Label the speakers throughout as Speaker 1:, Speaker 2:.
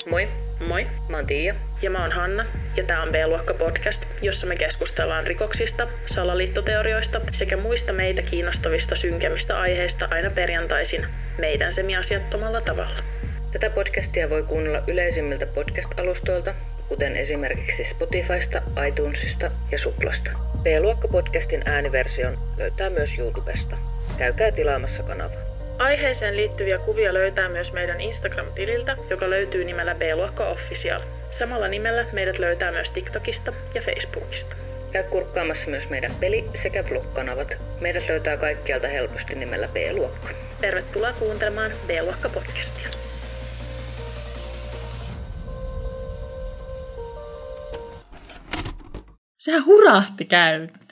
Speaker 1: Moi,
Speaker 2: Moi,
Speaker 1: mä oon Tiia.
Speaker 2: ja mä oon Hanna, ja tää on B-luokka podcast, jossa me keskustellaan rikoksista, salaliittoteorioista sekä muista meitä kiinnostavista synkemmistä aiheista aina perjantaisin meidän semiasiattomalla tavalla.
Speaker 1: Tätä podcastia voi kuunnella yleisimmiltä podcast-alustoilta, kuten esimerkiksi Spotifysta, iTunesista ja Suplasta. B-luokka-podcastin ääniversion löytää myös YouTubesta. Käykää tilaamassa kanava.
Speaker 2: Aiheeseen liittyviä kuvia löytää myös meidän Instagram-tililtä, joka löytyy nimellä B-luokka Official. Samalla nimellä meidät löytää myös TikTokista ja Facebookista.
Speaker 1: Käy kurkkaamassa myös meidän peli- sekä vlog-kanavat. Meidät löytää kaikkialta helposti nimellä B-luokka.
Speaker 2: Tervetuloa kuuntelemaan B-luokka-podcastia. Sehän hurahti käyntiin.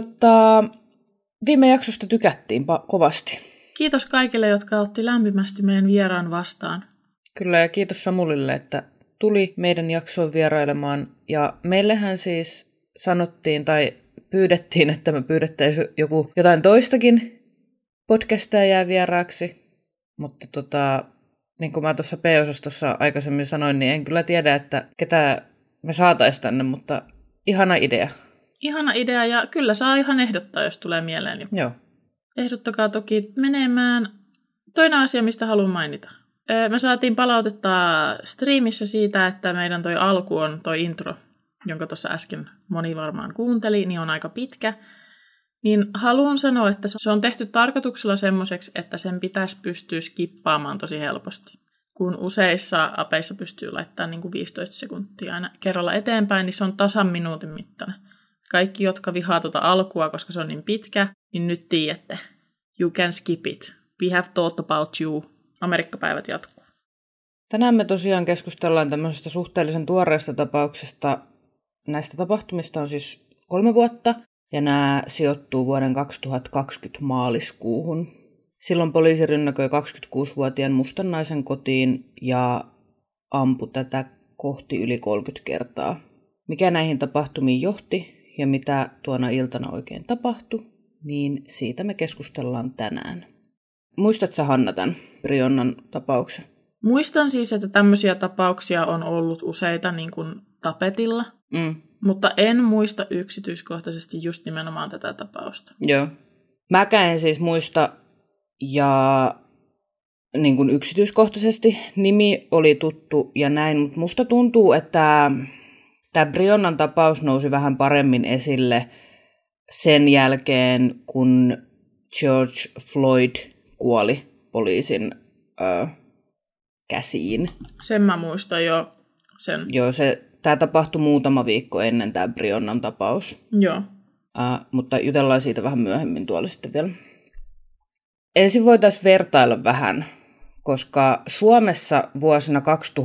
Speaker 3: Viime jaksosta tykättiin kovasti.
Speaker 2: Kiitos kaikille, jotka otti lämpimästi meidän vieraan vastaan.
Speaker 3: Kyllä, ja kiitos Samulille, että tuli meidän jaksoon vierailemaan. Ja meillehän siis sanottiin tai pyydettiin, että me pyydettäisiin jotain toistakin podcastia vieraaksi. Mutta niin kuin mä tuossa P-osastossa aikaisemmin sanoin, niin en kyllä tiedä, että ketä me saataisiin tänne, mutta ihana idea.
Speaker 2: Ihana idea, ja kyllä saa ihan ehdottaa, jos tulee mieleen joku.
Speaker 3: Joo.
Speaker 2: Ehdottakaa toki menemään. Toinen asia, mistä haluan mainita. Me saatiin palautetta striimissä siitä, että meidän toi alku on toi intro, jonka tuossa äsken moni varmaan kuunteli, niin on aika pitkä. Niin haluan sanoa, että se on tehty tarkoituksella semmoiseksi, että sen pitäisi pystyä skippaamaan tosi helposti. Kun useissa apeissa pystyy laittamaan niin kuin 15 sekuntia aina kerralla eteenpäin, niin se on tasan minuutin mittainen. Kaikki, jotka vihaa tuota alkua, koska se on niin pitkä, niin nyt tiedätte. You can skip it. We have thought about you. Amerikkapäivät jatkuu.
Speaker 3: Tänään me tosiaan keskustellaan tämmöisestä suhteellisen tuoreesta tapauksesta. Näistä tapahtumista on siis 3 vuotta, ja nämä sijoittuu vuoden 2020 maaliskuuhun. Silloin poliisi rynnäköi 26-vuotiaan mustan naisen kotiin ja ampui tätä kohti yli 30 kertaa. Mikä näihin tapahtumiin johti ja mitä tuona iltana oikein tapahtui, niin siitä me keskustellaan tänään. Muistatko Hanna tämän Brionnan tapauksen?
Speaker 2: Muistan siis, että tämmöisiä tapauksia on ollut useita niin kuin tapetilla, mutta en muista yksityiskohtaisesti just nimenomaan tätä tapausta.
Speaker 3: Joo. Mäkään en siis muista ja niin kuin yksityiskohtaisesti nimi oli tuttu ja näin, mutta musta tuntuu, että tämä Brionnan tapaus nousi vähän paremmin esille sen jälkeen, kun George Floyd kuoli poliisin käsiin.
Speaker 2: Sen mä muistan jo.
Speaker 3: Joo, tämä tapahtui muutama viikko ennen tämä Brionnan tapaus.
Speaker 2: Joo.
Speaker 3: Mutta jutellaan siitä vähän myöhemmin tuolla sitten vielä. Ensin voitaisiin vertailla vähän, koska Suomessa vuosina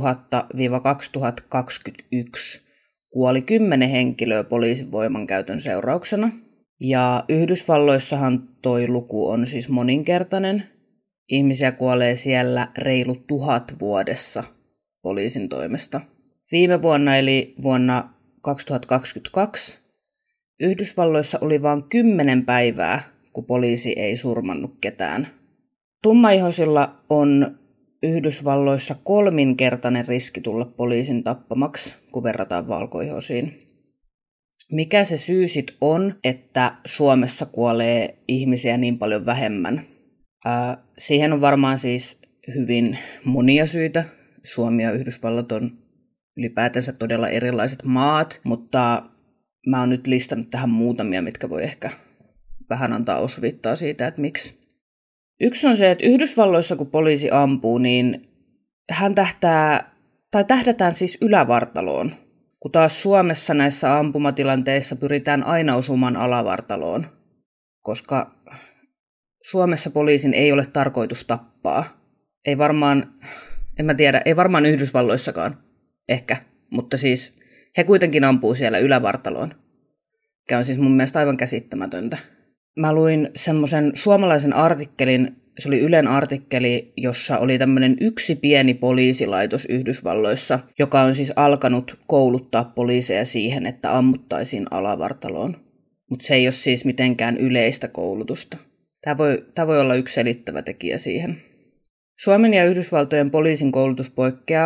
Speaker 3: 2000-2021 kuoli 10 henkilöä poliisin voimankäytön seurauksena. Ja Yhdysvalloissahan toi luku on siis moninkertainen. Ihmisiä kuolee siellä reilu 1000 vuodessa poliisin toimesta. Viime vuonna eli vuonna 2022 Yhdysvalloissa oli vain 10 päivää, kun poliisi ei surmannut ketään. Tummaihoisilla on Yhdysvalloissa 3-kertainen riski tulla poliisin tappamaksi, kun verrataan valkoihoisiin. Mikä se syy sitten on, että Suomessa kuolee ihmisiä niin paljon vähemmän? Siihen on varmaan siis hyvin monia syitä. Suomi ja Yhdysvallat on ylipäätänsä todella erilaiset maat, mutta mä oon nyt listannut tähän muutamia, mitkä voi ehkä vähän antaa osviittaa siitä, että miksi. Yksi on se, että Yhdysvalloissa kun poliisi ampuu, niin tähdätään siis ylävartaloon, kun taas Suomessa näissä ampumatilanteissa pyritään aina osumaan alavartaloon, koska Suomessa poliisin ei ole tarkoitus tappaa. Ei varmaan, en mä tiedä, ei varmaan Yhdysvalloissakaan, ehkä, mutta siis he kuitenkin ampuu siellä ylävartaloon, mikä on siis mun mielestä aivan käsittämätöntä. Mä luin semmoisen suomalaisen artikkelin, se oli Ylen artikkeli, jossa oli tämmöinen yksi pieni poliisilaitos Yhdysvalloissa, joka on siis alkanut kouluttaa poliiseja siihen, että ammuttaisiin alavartaloon. Mutta se ei ole siis mitenkään yleistä koulutusta. Tämä voi olla yksi selittävä tekijä siihen. Suomen ja Yhdysvaltojen poliisin koulutus poikkeaa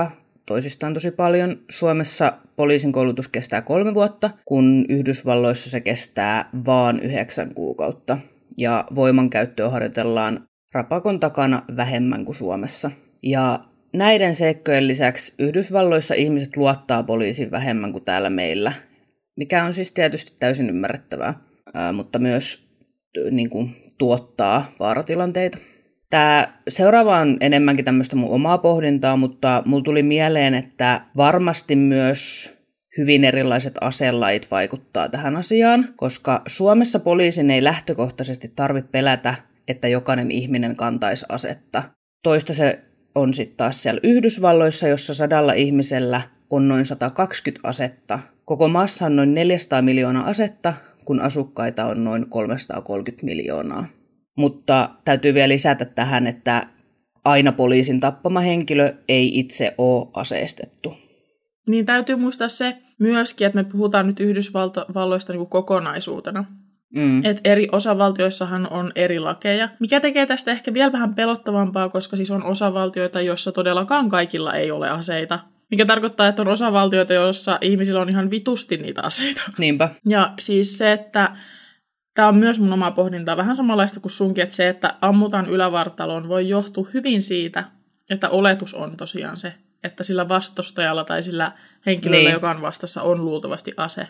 Speaker 3: toisistaan tosi paljon. Suomessa poliisin koulutus kestää 3 vuotta, kun Yhdysvalloissa se kestää vaan 9 kuukautta. Ja voimankäyttöä harjoitellaan rapakon takana vähemmän kuin Suomessa. Ja näiden seikkojen lisäksi Yhdysvalloissa ihmiset luottaa poliisiin vähemmän kuin täällä meillä, mikä on siis tietysti täysin ymmärrettävää, mutta myös niin kuin, tuottaa vaaratilanteita. Tämä seuraava on enemmänkin tämmöistä mun omaa pohdintaa, mutta mulla tuli mieleen, että varmasti myös hyvin erilaiset aselajit vaikuttaa tähän asiaan, koska Suomessa poliisin ei lähtökohtaisesti tarvitse pelätä, että jokainen ihminen kantaisi asetta. Toista se on sitten taas siellä Yhdysvalloissa, jossa 100 ihmisellä on noin 120 asetta. Koko maassa on noin 400 miljoonaa asetta, kun asukkaita on noin 330 miljoonaa. Mutta täytyy vielä lisätä tähän, että aina poliisin tappama henkilö ei itse ole aseistettu.
Speaker 2: Niin täytyy muistaa se myöskin, että me puhutaan nyt Yhdysvalloista niin kuin kokonaisuutena. Että eri osavaltioissahan on eri lakeja, mikä tekee tästä ehkä vielä vähän pelottavampaa, koska siis on osavaltioita, joissa todellakaan kaikilla ei ole aseita. Mikä tarkoittaa, että on osavaltioita, joissa ihmisillä on ihan vitusti niitä aseita.
Speaker 3: Niinpä.
Speaker 2: Ja siis se, että tämä on myös mun omaa pohdintaa, vähän samanlaista kuin sunkin, että se, että ammutaan ylävartaloon, voi johtua hyvin siitä, että oletus on tosiaan se, että sillä vastustajalla tai sillä henkilöllä, joka on vastassa, on luultavasti ase.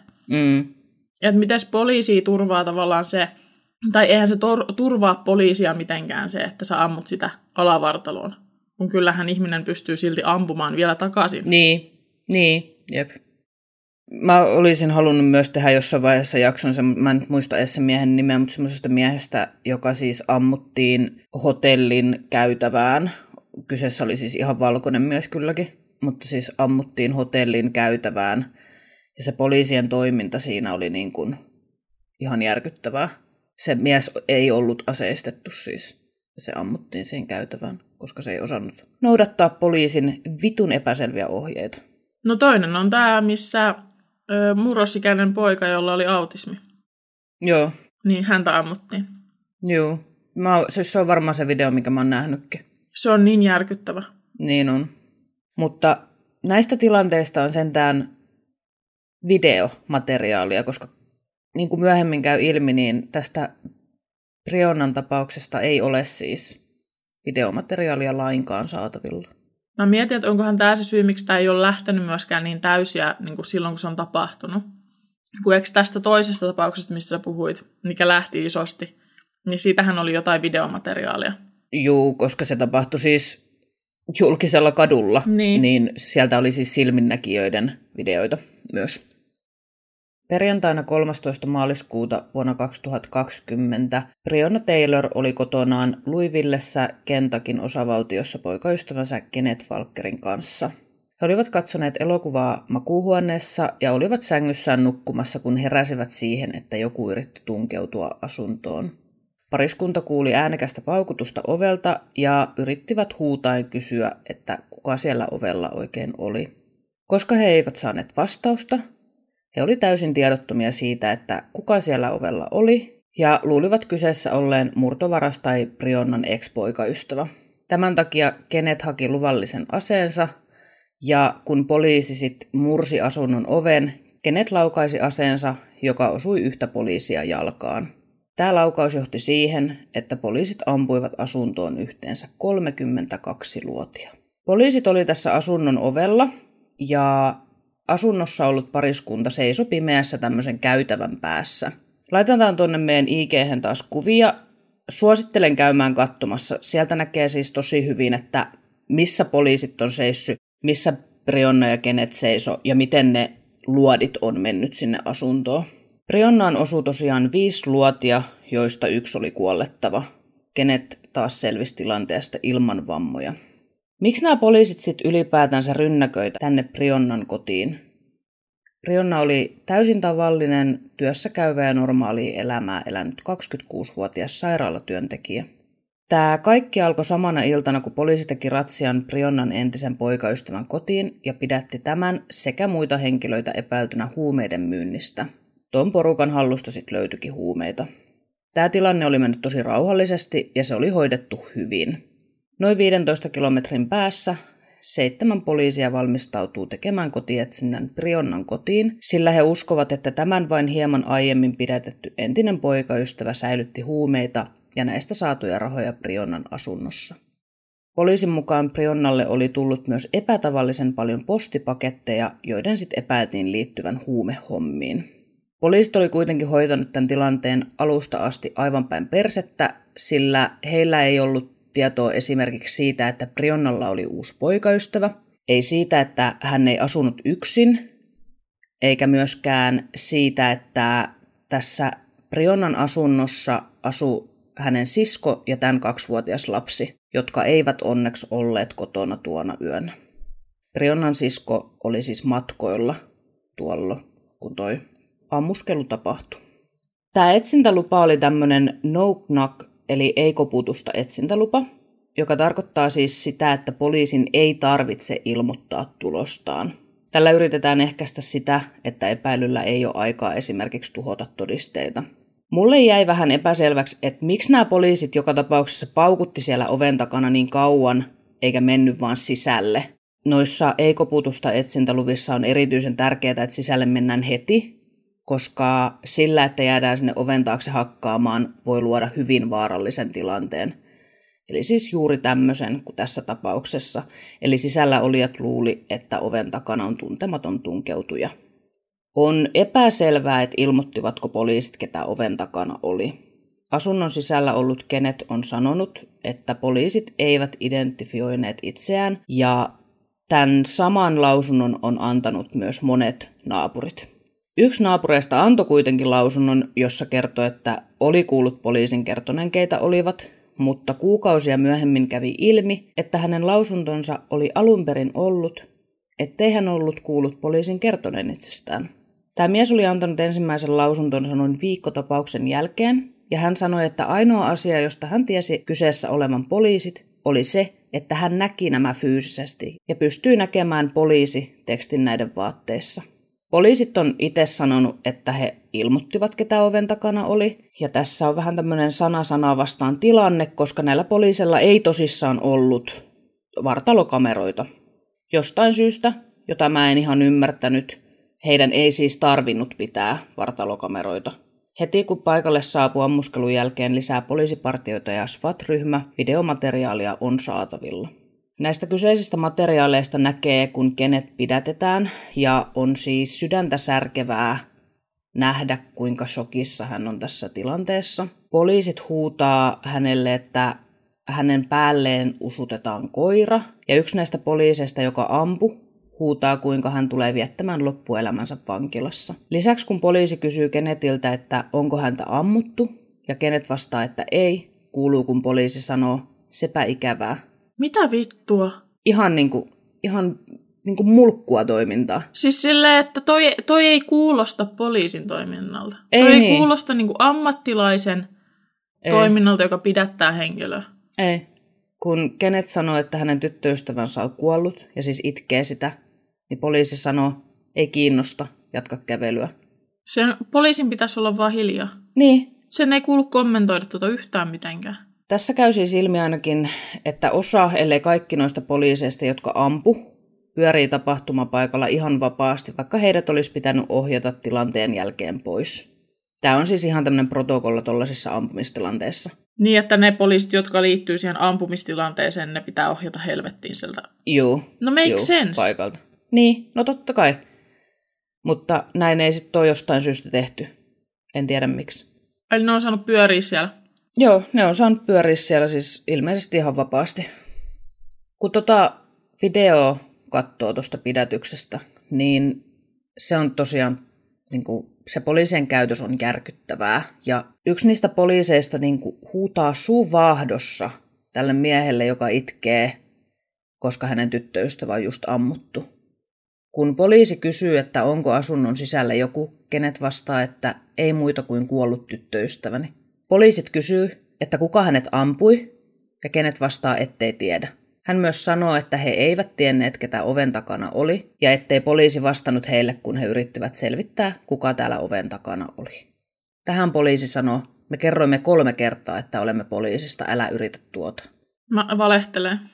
Speaker 2: Että mites poliisi turvaa tavallaan se, tai eihän se turvaa poliisia mitenkään se, että sä ammut sitä alavartaloon, kun kyllähän ihminen pystyy silti ampumaan vielä takaisin.
Speaker 3: Niin, jep. Mä olisin halunnut myös tehdä jossain vaiheessa jakson, mä en nyt muista edes sen miehen nimeä, mutta semmoisesta miehestä, joka siis ammuttiin hotellin käytävään. Kyseessä oli siis ihan valkoinen mies kylläkin, mutta siis ammuttiin hotellin käytävään. Ja se poliisien toiminta siinä oli niin kuin ihan järkyttävää. Se mies ei ollut aseistettu siis. Se ammuttiin siihen käytävään, koska se ei osannut noudattaa poliisin vitun epäselviä ohjeita.
Speaker 2: No toinen on tämä, missä murrosikäinen poika, jolla oli autismi.
Speaker 3: Joo.
Speaker 2: Niin häntä ammuttiin.
Speaker 3: Joo. Se on varmaan se video, minkä mä oon nähnytkin.
Speaker 2: Se on niin järkyttävä.
Speaker 3: Niin on. Mutta näistä tilanteista on sentään videomateriaalia, koska niin kuin myöhemmin käy ilmi, niin tästä Breonnan tapauksesta ei ole siis videomateriaalia lainkaan saatavilla.
Speaker 2: Mä mietin, että onkohan tämä se syy, miksi tämä ei ole lähtenyt myöskään niin täysiä niin kuin silloin, kun se on tapahtunut. Kun eikö tästä toisesta tapauksesta, missä sä puhuit, mikä lähti isosti, niin siitähän oli jotain videomateriaalia. Juu,
Speaker 3: koska se tapahtui siis julkisella kadulla, niin sieltä oli siis silminnäkijöiden videoita myös. Perjantaina 13. maaliskuuta vuonna 2020 Breonna Taylor oli kotonaan Louisvillessä, Kentuckyn osavaltiossa poikaystävänsä Kenneth Walkerin kanssa. He olivat katsoneet elokuvaa makuuhuoneessa ja olivat sängyssään nukkumassa, kun heräsivät siihen, että joku yritti tunkeutua asuntoon. Pariskunta kuuli äänekästä paukutusta ovelta ja yrittivät huutaen kysyä, että kuka siellä ovella oikein oli. Koska he eivät saaneet vastausta, he oli täysin tiedottomia siitä, että kuka siellä ovella oli, ja luulivat kyseessä olleen murtovaras tai Breonnan ex-poikaystävä. Tämän takia Kenneth haki luvallisen aseensa, ja kun poliisi sitten mursi asunnon oven, Kenneth laukaisi aseensa, joka osui yhtä poliisia jalkaan. Tämä laukaus johti siihen, että poliisit ampuivat asuntoon yhteensä 32 luotia. Poliisit oli tässä asunnon ovella, ja asunnossa ollut pariskunta seisoi pimeässä tämmöisen käytävän päässä. Laitetaan tuonne meidän IG:hen taas kuvia. Suosittelen käymään katsomassa. Sieltä näkee siis tosi hyvin, että missä poliisit on seissyt, missä Breonna ja Kenneth seiso ja miten ne luodit on mennyt sinne asuntoon. Breonnaan osui tosiaan 5 luotia, joista 1 oli kuollettava. Kenneth taas selvisi tilanteesta ilman vammoja. Miksi nämä poliisit sitten ylipäätänsä rynnäköitä tänne Breonnan kotiin? Breonna oli täysin tavallinen, työssäkäyvä ja normaalia elämää elänyt 26-vuotias sairaalatyöntekijä. Tämä kaikki alkoi samana iltana, kun poliisi teki ratsian Breonnan entisen poikaystävän kotiin ja pidätti tämän sekä muita henkilöitä epäiltynä huumeiden myynnistä. Tuon porukan hallusta sitten löytyikin huumeita. Tämä tilanne oli mennyt tosi rauhallisesti ja se oli hoidettu hyvin. Noin 15 kilometrin päässä 7 poliisia valmistautuu tekemään kotietsinnän Brionnan kotiin, sillä he uskovat, että tämän vain hieman aiemmin pidätetty entinen poikaystävä säilytti huumeita ja näistä saatuja rahoja Brionnan asunnossa. Poliisin mukaan Brionnalle oli tullut myös epätavallisen paljon postipaketteja, joiden sitten epäiltiin liittyvän huumehommiin. Poliisit oli kuitenkin hoitanut tämän tilanteen alusta asti aivan päin persettä, sillä heillä ei ollut tietoa esimerkiksi siitä, että Brionnalla oli uusi poikaystävä, ei siitä, että hän ei asunut yksin, eikä myöskään siitä, että tässä Brionnan asunnossa asui hänen sisko ja tämän 2-vuotias lapsi, jotka eivät onneksi olleet kotona tuona yönä. Brionnan sisko oli siis matkoilla tuolla, kun toi ammuskelu tapahtui. Tämä etsintälupa oli tämmöinen no-knock, eli ei-koputusta etsintälupa, joka tarkoittaa siis sitä, että poliisin ei tarvitse ilmoittaa tulostaan. Tällä yritetään ehkäistä sitä, että epäilyllä ei ole aikaa esimerkiksi tuhota todisteita. Mulle jäi vähän epäselväksi, että miksi nämä poliisit joka tapauksessa paukutti siellä oven takana niin kauan, eikä mennyt vaan sisälle. Noissa ei-koputusta etsintäluvissa on erityisen tärkeää, että sisälle mennään heti, koska sillä, että jäädään sinne oven taakse hakkaamaan, voi luoda hyvin vaarallisen tilanteen. Eli siis juuri tämmöisen kuin tässä tapauksessa. Eli sisällä olijat luuli, että oven takana on tuntematon tunkeutuja. On epäselvää, että ilmoittivatko poliisit, ketä oven takana oli. Asunnon sisällä ollut Kenneth on sanonut, että poliisit eivät identifioineet itseään, ja tämän saman lausunnon on antanut myös monet naapurit. Yksi naapureista antoi kuitenkin lausunnon, jossa kertoi, että oli kuullut poliisin kertoneen, keitä olivat, mutta kuukausia myöhemmin kävi ilmi, että hänen lausuntonsa oli alun perin ollut, ettei hän ollut kuullut poliisin kertoneen itsestään. Tämä mies oli antanut ensimmäisen lausuntonsa noin viikkotapauksen jälkeen, ja hän sanoi, että ainoa asia, josta hän tiesi kyseessä olevan poliisit, oli se, että hän näki nämä fyysisesti ja pystyi näkemään poliisitekstin näiden vaatteissa. Poliisit on itse sanonut, että he ilmoittivat, ketä oven takana oli, ja tässä on vähän tämmöinen sana vastaan tilanne, koska näillä poliisilla ei tosissaan ollut vartalokameroita. Jostain syystä, jota mä en ihan ymmärtänyt, heidän ei siis tarvinnut pitää vartalokameroita. Heti kun paikalle saapui ammuskelun jälkeen lisää poliisipartioita ja SWAT-ryhmä, videomateriaalia on saatavilla. Näistä kyseisistä materiaaleista näkee, kun Kenneth pidätetään, ja on siis sydäntä särkevää nähdä, kuinka shokissa hän on tässä tilanteessa. Poliisit huutaa hänelle, että hänen päälleen usutetaan koira, ja yksi näistä poliiseista, joka ampui, huutaa, kuinka hän tulee viettämään loppuelämänsä vankilassa. Lisäksi kun poliisi kysyy Kennethiltä, että onko häntä ammuttu, ja Kenneth vastaa, että ei, kuuluu kun poliisi sanoo, sepä ikävää.
Speaker 2: Mitä vittua?
Speaker 3: Ihan mulkkua toimintaa.
Speaker 2: Siis silleen, että toi ei kuulosta poliisin toiminnalta.
Speaker 3: Ei
Speaker 2: toi
Speaker 3: niin.
Speaker 2: Ei kuulosta ammattilaisen toiminnalta, joka pidättää henkilöä.
Speaker 3: Ei. Kun Kenneth sanoo, että hänen tyttöystävänsä on kuollut ja siis itkee sitä, niin poliisi sanoo, ei kiinnosta, jatka kävelyä.
Speaker 2: Poliisin pitäisi olla vaan hiljaa.
Speaker 3: Niin.
Speaker 2: Sen ei kuulu kommentoida yhtään mitenkään.
Speaker 3: Tässä käy siis ilmi ainakin, että osa, ellei kaikki noista poliiseista, jotka ampu, pyörii tapahtumapaikalla ihan vapaasti, vaikka heidät olisi pitänyt ohjata tilanteen jälkeen pois. Tämä on siis ihan tämmöinen protokolla tuollaisissa ampumistilanteissa.
Speaker 2: Niin, että ne poliisit, jotka liittyy siihen ampumistilanteeseen, ne pitää ohjata helvettiin sieltä.
Speaker 3: Joo.
Speaker 2: No make sense.
Speaker 3: Paikalta. Niin, no totta kai. Mutta näin ei sitten ole jostain syystä tehty. En tiedä miksi.
Speaker 2: Eli ne on saanut pyöriä siellä?
Speaker 3: Joo, ne on saanut pyöriä siellä siis ilmeisesti ihan vapaasti. Kun videoa katsoo tuosta pidätyksestä, niin se on tosiaan, se poliisien käytös on järkyttävää. Ja yksi niistä poliiseista huutaa suu vaahdossa tälle miehelle, joka itkee, koska hänen tyttöystävä on just ammuttu. Kun poliisi kysyy, että onko asunnon sisällä joku, Kenneth vastaa, että ei muita kuin kuollut tyttöystäväni. Poliisit kysyy, että kuka hänet ampui, ja Kenneth vastaa, ettei tiedä. Hän myös sanoo, että he eivät tienneet, ketä oven takana oli, ja ettei poliisi vastannut heille, kun he yrittivät selvittää, kuka täällä oven takana oli. Tähän poliisi sanoo, me kerroimme 3 kertaa, että olemme poliisista, älä yritä tuota.
Speaker 2: Mä valehtelen.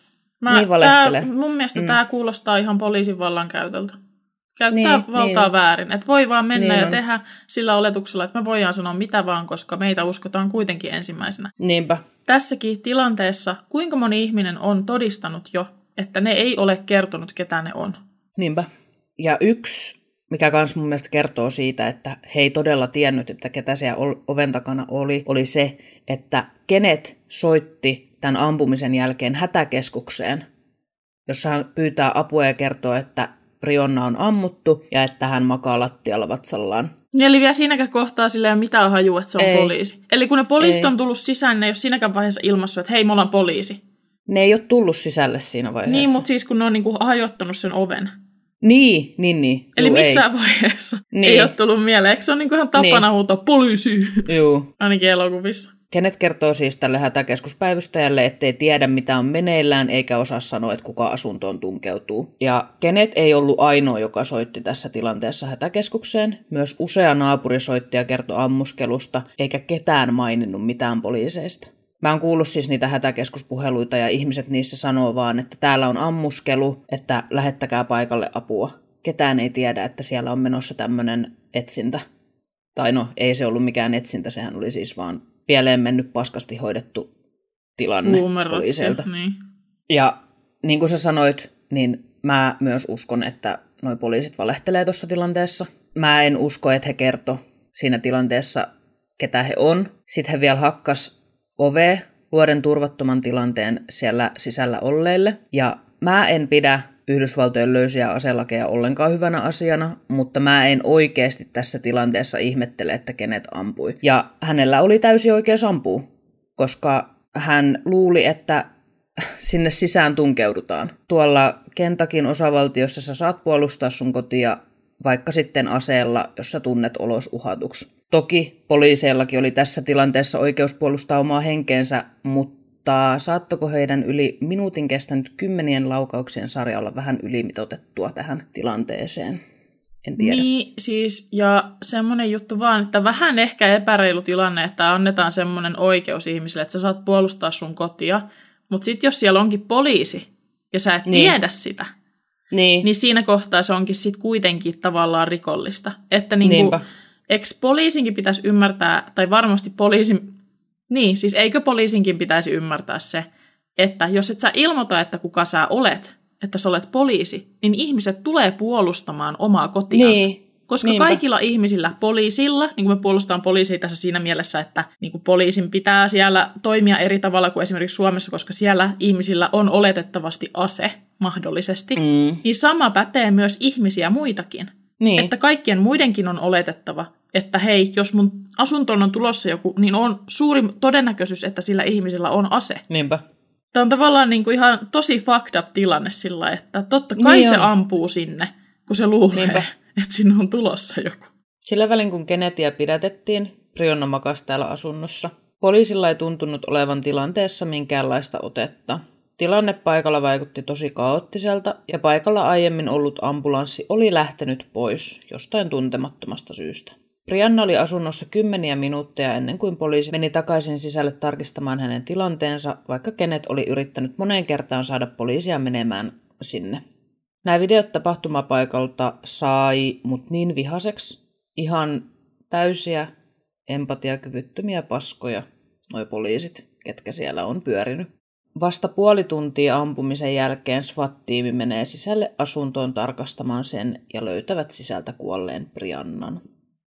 Speaker 3: Niin valehtelee.
Speaker 2: Mun mielestä tämä kuulostaa ihan poliisin vallankäytöltä. Käyttää valtaa väärin. Että voi vaan mennä ja tehdä sillä oletuksella, että me voidaan sanoa mitä vaan, koska meitä uskotaan kuitenkin ensimmäisenä.
Speaker 3: Niinpä.
Speaker 2: Tässäkin tilanteessa, kuinka moni ihminen on todistanut jo, että ne ei ole kertonut, ketä ne on.
Speaker 3: Niinpä. Ja yksi, mikä kans mun mielestä kertoo siitä, että he ei todella tiennyt, että ketä siellä oven takana oli se, että kenet soitti tämän ampumisen jälkeen hätäkeskukseen, jossa hän pyytää apua ja kertoo, että Brionna on ammuttu ja että hän makaa lattialla vatsallaan.
Speaker 2: Eli vielä siinäkään kohtaa sillä ei ole mitään hajua, että se on poliisi. Eli kun ne poliisit on tullut sisään, ne ei ole siinäkään vaiheessa ilmaissut, että hei, me ollaan poliisi.
Speaker 3: Ne ei ole tullut sisälle siinä vaiheessa.
Speaker 2: Niin, mutta siis kun ne on niinku hajottanut sen oven.
Speaker 3: Niin.
Speaker 2: Eli missään vaiheessa ei ole tullut mieleen. Eikö se ole niinku ihan tapana huutaa poliisi?
Speaker 3: Joo.
Speaker 2: Ainakin elokuvissa.
Speaker 3: Kenet kertoo siis tälle hätäkeskuspäivystäjälle, ettei tiedä mitä on meneillään, eikä osaa sanoa, että kuka asuntoon tunkeutuu. Ja Kenet ei ollut ainoa, joka soitti tässä tilanteessa hätäkeskukseen. Myös usea naapuri soitti ja kertoi ammuskelusta, eikä ketään maininnut mitään poliiseista. Mä oon kuullut siis niitä hätäkeskuspuheluita ja ihmiset niissä sanoo vaan, että täällä on ammuskelu, että lähettäkää paikalle apua. Ketään ei tiedä, että siellä on menossa tämmöinen etsintä. Tai no, ei se ollut mikään etsintä, sehän oli siis vaan pieleen mennyt paskasti hoidettu tilanne poliiseilta.
Speaker 2: Niin.
Speaker 3: Ja niin kuin sä sanoit, niin mä myös uskon, että noi poliisit valehtelee tuossa tilanteessa. Mä en usko, että he kertoi siinä tilanteessa, ketä he on. Sitten he vielä hakkas ovea luoden turvattoman tilanteen siellä sisällä olleille. Ja mä en pidä Yhdysvaltojen löysiä aselakeja ollenkaan hyvänä asiana, mutta mä en oikeasti tässä tilanteessa ihmettele, että Kenet ampui. Ja hänellä oli täysi oikeus ampua, koska hän luuli, että sinne sisään tunkeudutaan. Tuolla Kentakin osavaltiossa sä saat puolustaa sun kotia vaikka sitten aseella, jos sä tunnet olos uhatuksi. Toki poliiseillakin oli tässä tilanteessa oikeus puolustaa omaa henkeensä, mutta saattako heidän yli minuutin kestänyt 10 laukauksien sarja olla vähän ylimitoitettua tähän tilanteeseen? En tiedä.
Speaker 2: Niin, siis, ja semmoinen juttu vaan, että vähän ehkä epäreilu tilanne, että annetaan semmoinen oikeus ihmisille, että sä saat puolustaa sun kotia, mutta sitten jos siellä onkin poliisi, ja sä et tiedä sitä, niin siinä kohtaa se onkin sitten kuitenkin tavallaan rikollista. Että niinku, eikö poliisinkin pitäisi ymmärtää, tai varmasti poliisin, niin, siis eikö poliisinkin pitäisi ymmärtää se, että jos et sä ilmoita, että kuka sä olet, että sä olet poliisi, niin ihmiset tulee puolustamaan omaa kotiansa. Niin. Koska kaikilla ihmisillä, poliisilla, niin kuin me puolustetaan poliisia tässä siinä mielessä, että niin kuin poliisin pitää siellä toimia eri tavalla kuin esimerkiksi Suomessa, koska siellä ihmisillä on oletettavasti ase mahdollisesti, niin sama pätee myös ihmisiä muitakin. Niin. Että kaikkien muidenkin on oletettava, että hei, jos mun asuntoon on tulossa joku, niin on suuri todennäköisyys, että sillä ihmisellä on ase.
Speaker 3: Niinpä.
Speaker 2: Tämä on tavallaan niin kuin ihan tosi fucked up tilanne sillä, että totta kai niin se ampuu sinne, kun se luulee, että sinne on tulossa joku.
Speaker 3: Sillä välin kun Kenetia pidätettiin, Brionna makasi täällä asunnossa. Poliisilla ei tuntunut olevan tilanteessa minkäänlaista otetta. Tilanne paikalla vaikutti tosi kaoottiselta ja paikalla aiemmin ollut ambulanssi oli lähtenyt pois jostain tuntemattomasta syystä. Brianna oli asunnossa 10 minuutteja ennen kuin poliisi meni takaisin sisälle tarkistamaan hänen tilanteensa, vaikka Kenet oli yrittänyt moneen kertaan saada poliisia menemään sinne. Nämä videot tapahtumapaikalta sai mut niin vihaseksi, ihan täysiä empatiakyvyttömiä paskoja, noi poliisit, ketkä siellä on pyörinyt. Vasta puoli tuntia ampumisen jälkeen SWAT-tiimi menee sisälle asuntoon tarkastamaan sen ja löytävät sisältä kuolleen Briannan.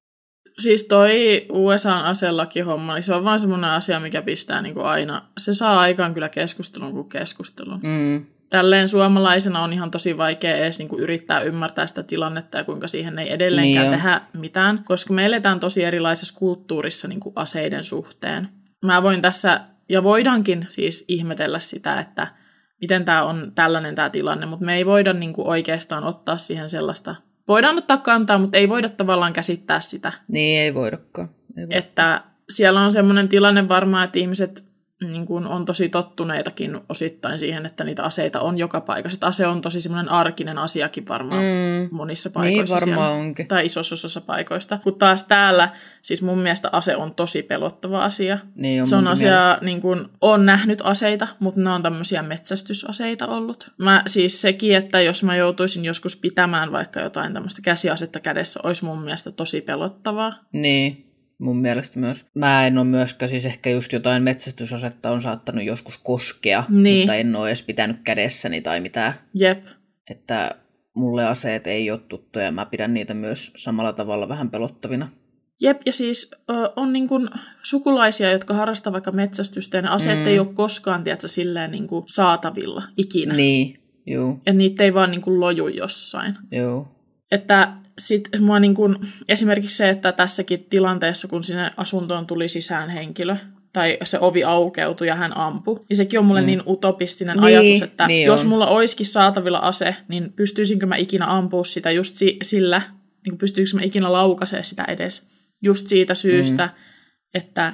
Speaker 2: Siis toi USA-aselaki-homma, niin se on vaan semmoinen asia, mikä pistää niinku aina. Se saa aikaan kyllä keskustelun kuin keskustelun. Tälleen suomalaisena on ihan tosi vaikea edes niinku yrittää ymmärtää sitä tilannetta ja kuinka siihen ei edelleenkään tehdä mitään, koska me eletään tosi erilaisessa kulttuurissa niinku aseiden suhteen. Mä voin tässä, ja voidaankin siis ihmetellä sitä, että miten tää on tällainen tää tilanne, mutta me ei voida niinku oikeastaan ottaa siihen sellaista. Voidaan ottaa kantaa, mutta ei voida tavallaan käsittää sitä.
Speaker 3: Niin, ei voidakaan.
Speaker 2: Että siellä on semmoinen tilanne varmaan, että ihmiset niin kuin on tosi tottuneitakin osittain siihen, että niitä aseita on joka paikassa. Ase on tosi semmoinen arkinen asiakin varmaan monissa paikoissa.
Speaker 3: Niin varmaan
Speaker 2: siellä,
Speaker 3: onkin.
Speaker 2: tai isossa osassa paikoista. Kun taas täällä, siis mun mielestä ase on tosi pelottava asia.
Speaker 3: Niin on
Speaker 2: se on asia,
Speaker 3: mielestä.
Speaker 2: niin kuin, on nähnyt aseita, mutta ne on tämmöisiä metsästysaseita ollut. Siis sekin, että jos mä joutuisin joskus pitämään vaikka jotain tämmöistä käsiasetta kädessä, olisi mun mielestä tosi pelottavaa.
Speaker 3: Niin. Mun mielestä myös. Mä en ole myöskään, siis ehkä just jotain metsästysasetta on saattanut joskus koskea, mutta en ole edes pitänyt kädessäni tai mitään.
Speaker 2: Jep.
Speaker 3: Että mulle aseet ei ole tuttuja ja mä pidän niitä myös samalla tavalla vähän pelottavina.
Speaker 2: Jep, ja siis on niin kuin sukulaisia, jotka harrastavat vaikka metsästystä, ja ne aseet ei ole koskaan, tiedätkö, silleen niin kuin saatavilla ikinä.
Speaker 3: Niin, juu.
Speaker 2: Että niitä ei vaan niin kuin loju jossain.
Speaker 3: Joo.
Speaker 2: Että sitten mua niin kuin, esimerkiksi se, että tässäkin tilanteessa, kun sinne asuntoon tuli sisään henkilö, tai se ovi aukeutui ja hän ampui, niin sekin on mulle niin utopistinen ajatus, että jos mulla olisikin saatavilla ase, niin pystyisinkö mä ikinä ampua sitä just sillä, niin kuin pystyykö mä ikinä laukaisee sitä edes, just siitä syystä, että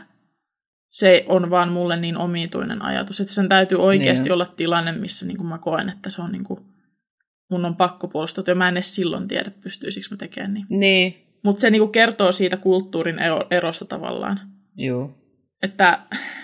Speaker 2: se on vaan mulle niin omituinen ajatus, että sen täytyy oikeasti olla tilanne, missä niin kuin mä koen, että se on niin kuin mun on pakko puolustaa, ja mä en edes silloin tiedä, pystyisikö mä tekemään niin.
Speaker 3: Niin.
Speaker 2: Mutta se niinku kertoo siitä kulttuurin erosta tavallaan.
Speaker 3: Joo.
Speaker 2: Että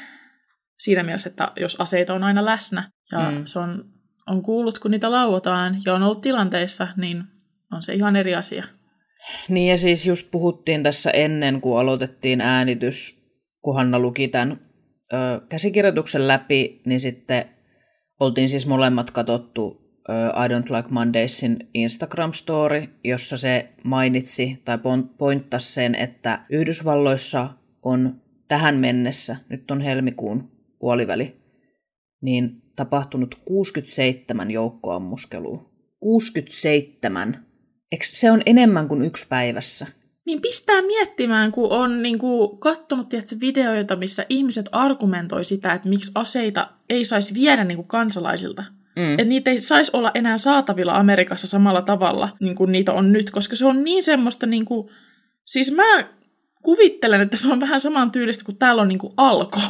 Speaker 2: siinä mielessä, että jos aseita on aina läsnä, ja se on kuullut, kun niitä lauotaan, ja on ollut tilanteissa, niin on se ihan eri asia.
Speaker 3: Niin, ja siis just puhuttiin tässä ennen, kun aloitettiin äänitys, kun Hanna luki tämän käsikirjoituksen läpi, niin sitten oltiin siis molemmat katsottu I Don't Like Mondaysin Instagram-story, jossa se mainitsi tai pointtasi sen, että Yhdysvalloissa on tähän mennessä, nyt on helmikuun puoliväli, niin tapahtunut 67 joukkoammuskelua. 67. Eikö se on enemmän kuin yksi päivässä?
Speaker 2: Niin pistää miettimään, kun on niinku katsonut videoita, missä ihmiset argumentoi sitä, että miksi aseita ei saisi viedä niinku kansalaisilta. Että niitä ei saisi olla enää saatavilla Amerikassa samalla tavalla, niin kuin niitä on nyt, koska se on niin semmoista, niinku, siis mä kuvittelen, että se on vähän saman tyylistä kuin täällä on niinku alko.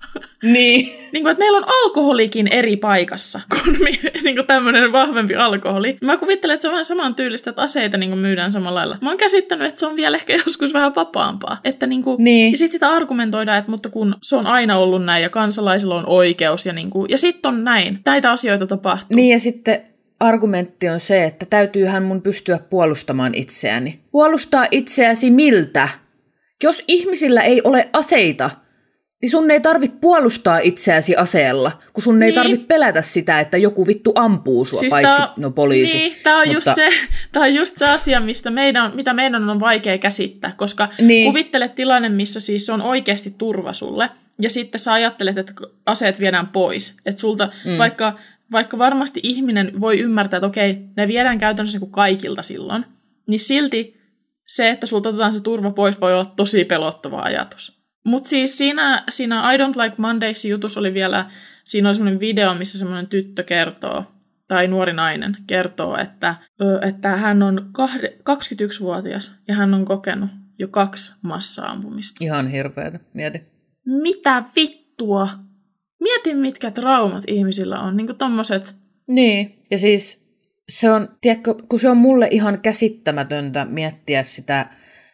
Speaker 3: Niin.
Speaker 2: Niin kuin, että meillä on alkoholikin eri paikassa kuin niin kuin tämmöinen vahvempi alkoholi. Mä kuvittelen, että se on vähän saman tyylistä, että aseita niin kuin myydään samalla lailla. Mä oon käsittänyt, että se on vielä ehkä joskus vähän vapaampaa. Että niin kuin, ja sitten sitä argumentoidaan, että mutta kun se on aina ollut näin ja kansalaisilla on oikeus ja sitten on näin. Näitä asioita tapahtuu.
Speaker 3: Niin ja sitten argumentti on se, että täytyyhän mun pystyä puolustamaan itseäni. Puolustaa itseäsi miltä? Jos ihmisillä ei ole aseita, niin sun ei tarvitse puolustaa itseäsi aseella, kun sun ei tarvitse pelätä sitä, että joku vittu ampuu sua, siis paitsi poliisi.
Speaker 2: Niin, tää on just se asia, mitä meidän on vaikea käsittää, koska kuvittele tilanne, missä siis se on oikeasti turva sulle, ja sitten sä ajattelet, että aseet viedään pois. Että sulta, vaikka varmasti ihminen voi ymmärtää, että okei, ne viedään käytännössä niin kuin kaikilta silloin, niin silti se, että sulta otetaan se turva pois, voi olla tosi pelottava ajatus. Mutta siis siinä I Don't Like Mondaysin jutussa oli vielä, siinä oli semmoinen video, missä semmoinen tyttö kertoo, tai nuori nainen kertoo, että hän on 21-vuotias ja hän on kokenut jo 2 massa-ampumista.
Speaker 3: Ihan hirveätä, mieti.
Speaker 2: Mitä vittua? Mieti, mitkä traumat ihmisillä on, niin kuin tommoset.
Speaker 3: Niin, ja siis se on, tiedätkö, kun se on mulle ihan käsittämätöntä miettiä sitä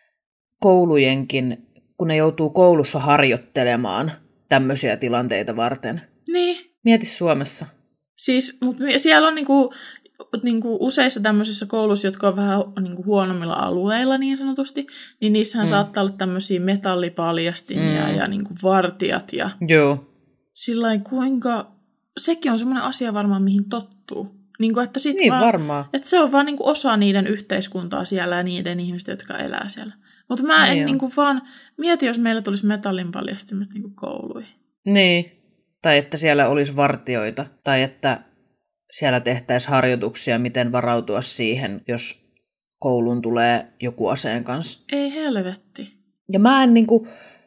Speaker 3: koulujenkin, kun ne joutuu koulussa harjoittelemaan tämmöisiä tilanteita varten.
Speaker 2: Niin.
Speaker 3: Mieti Suomessa.
Speaker 2: Siis, mutta siellä on niinku useissa tämmöisissä kouluissa, jotka on vähän niinku huonommilla alueilla niin sanotusti, niin niissähän saattaa olla tämmöisiä metallipaljastimia ja niinku vartijat. Ja
Speaker 3: joo.
Speaker 2: Sillain kuinka, sekin on semmoinen asia varmaan, mihin tottuu. Niinku, että sit
Speaker 3: niin
Speaker 2: vaan,
Speaker 3: varmaan.
Speaker 2: Että se on vaan niinku osa niiden yhteiskuntaa siellä ja niiden ihmisten, jotka elää siellä. Mutta mä en niinku vaan mieti, jos meillä tulisi metallinpaljastimet niinku kouluihin.
Speaker 3: Niin. Tai että siellä olisi vartijoita. Tai että siellä tehtäisiin harjoituksia, miten varautua siihen, jos kouluun tulee joku aseen kanssa.
Speaker 2: Ei helvetti.
Speaker 3: Ja mä en niinku...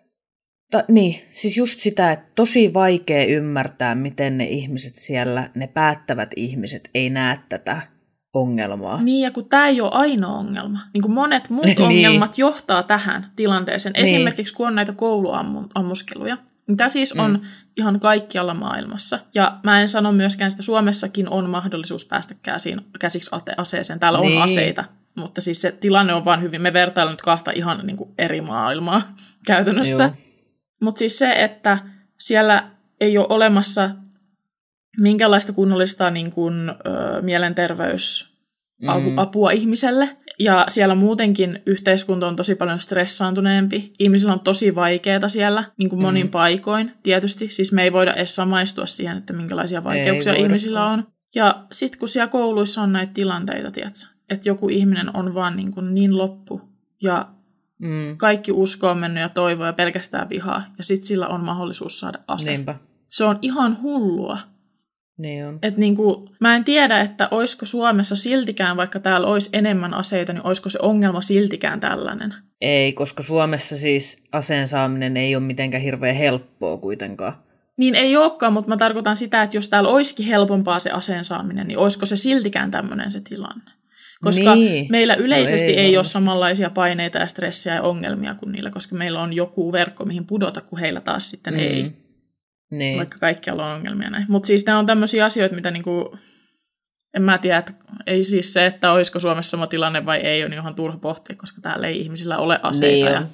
Speaker 3: Niin, siis just sitä, että tosi vaikea ymmärtää, miten ne ihmiset siellä, ne päättävät ihmiset, ei näe tätä ongelmaa.
Speaker 2: Niin, ja kun tämä ei ole ainoa ongelma. Niin kuin monet muut ongelmat johtaa tähän tilanteeseen. Esimerkiksi kun on näitä kouluammuskeluja, Tämä siis on ihan kaikkialla maailmassa. Ja mä en sano myöskään, että Suomessakin on mahdollisuus päästä käsiksi aseeseen. Täällä on aseita, mutta siis se tilanne on vaan hyvin. Me vertaillaan nyt kahta ihan niin kuin eri maailmaa käytännössä. Mutta siis se, että siellä ei ole olemassa minkälaista kunnollista niin kuin, mielenterveysapua ihmiselle. Ja siellä muutenkin yhteiskunta on tosi paljon stressaantuneempi. Ihmisillä on tosi vaikeaa siellä, niin kuin monin paikoin. Tietysti, siis me ei voida edes samaistua siihen, että minkälaisia vaikeuksia ihmisillä on. Ja sitten kun siellä kouluissa on näitä tilanteita, tiedätkö, että joku ihminen on vaan niin loppu. Ja kaikki usko on mennyt ja toivo ja pelkästään vihaa. Ja sitten sillä on mahdollisuus saada ase.
Speaker 3: Niinpä.
Speaker 2: Se on ihan hullua.
Speaker 3: Niin on.
Speaker 2: Et mä en tiedä, että olisiko Suomessa siltikään, vaikka täällä olisi enemmän aseita, niin olisiko se ongelma siltikään tällainen?
Speaker 3: Ei, koska Suomessa siis aseen saaminen ei ole mitenkään hirveän helppoa kuitenkaan.
Speaker 2: Niin ei olekaan, mutta mä tarkoitan sitä, että jos täällä olisikin helpompaa se aseen saaminen, niin olisiko se siltikään tämmöinen se tilanne? Koska meillä yleisesti ei ole samanlaisia paineita ja stressiä ja ongelmia kuin niillä, koska meillä on joku verkko, mihin pudota, kun heillä taas sitten ei. Niin. Vaikka kaikkialla on ongelmia näin. Mutta siis nämä on tämmöisiä asioita, mitä niinku, en mä tiedä, että ei siis se, että olisiko Suomessa sama tilanne vai ei, on ihan turha pohtia, koska täällä ei ihmisillä ole aseita.
Speaker 3: Niin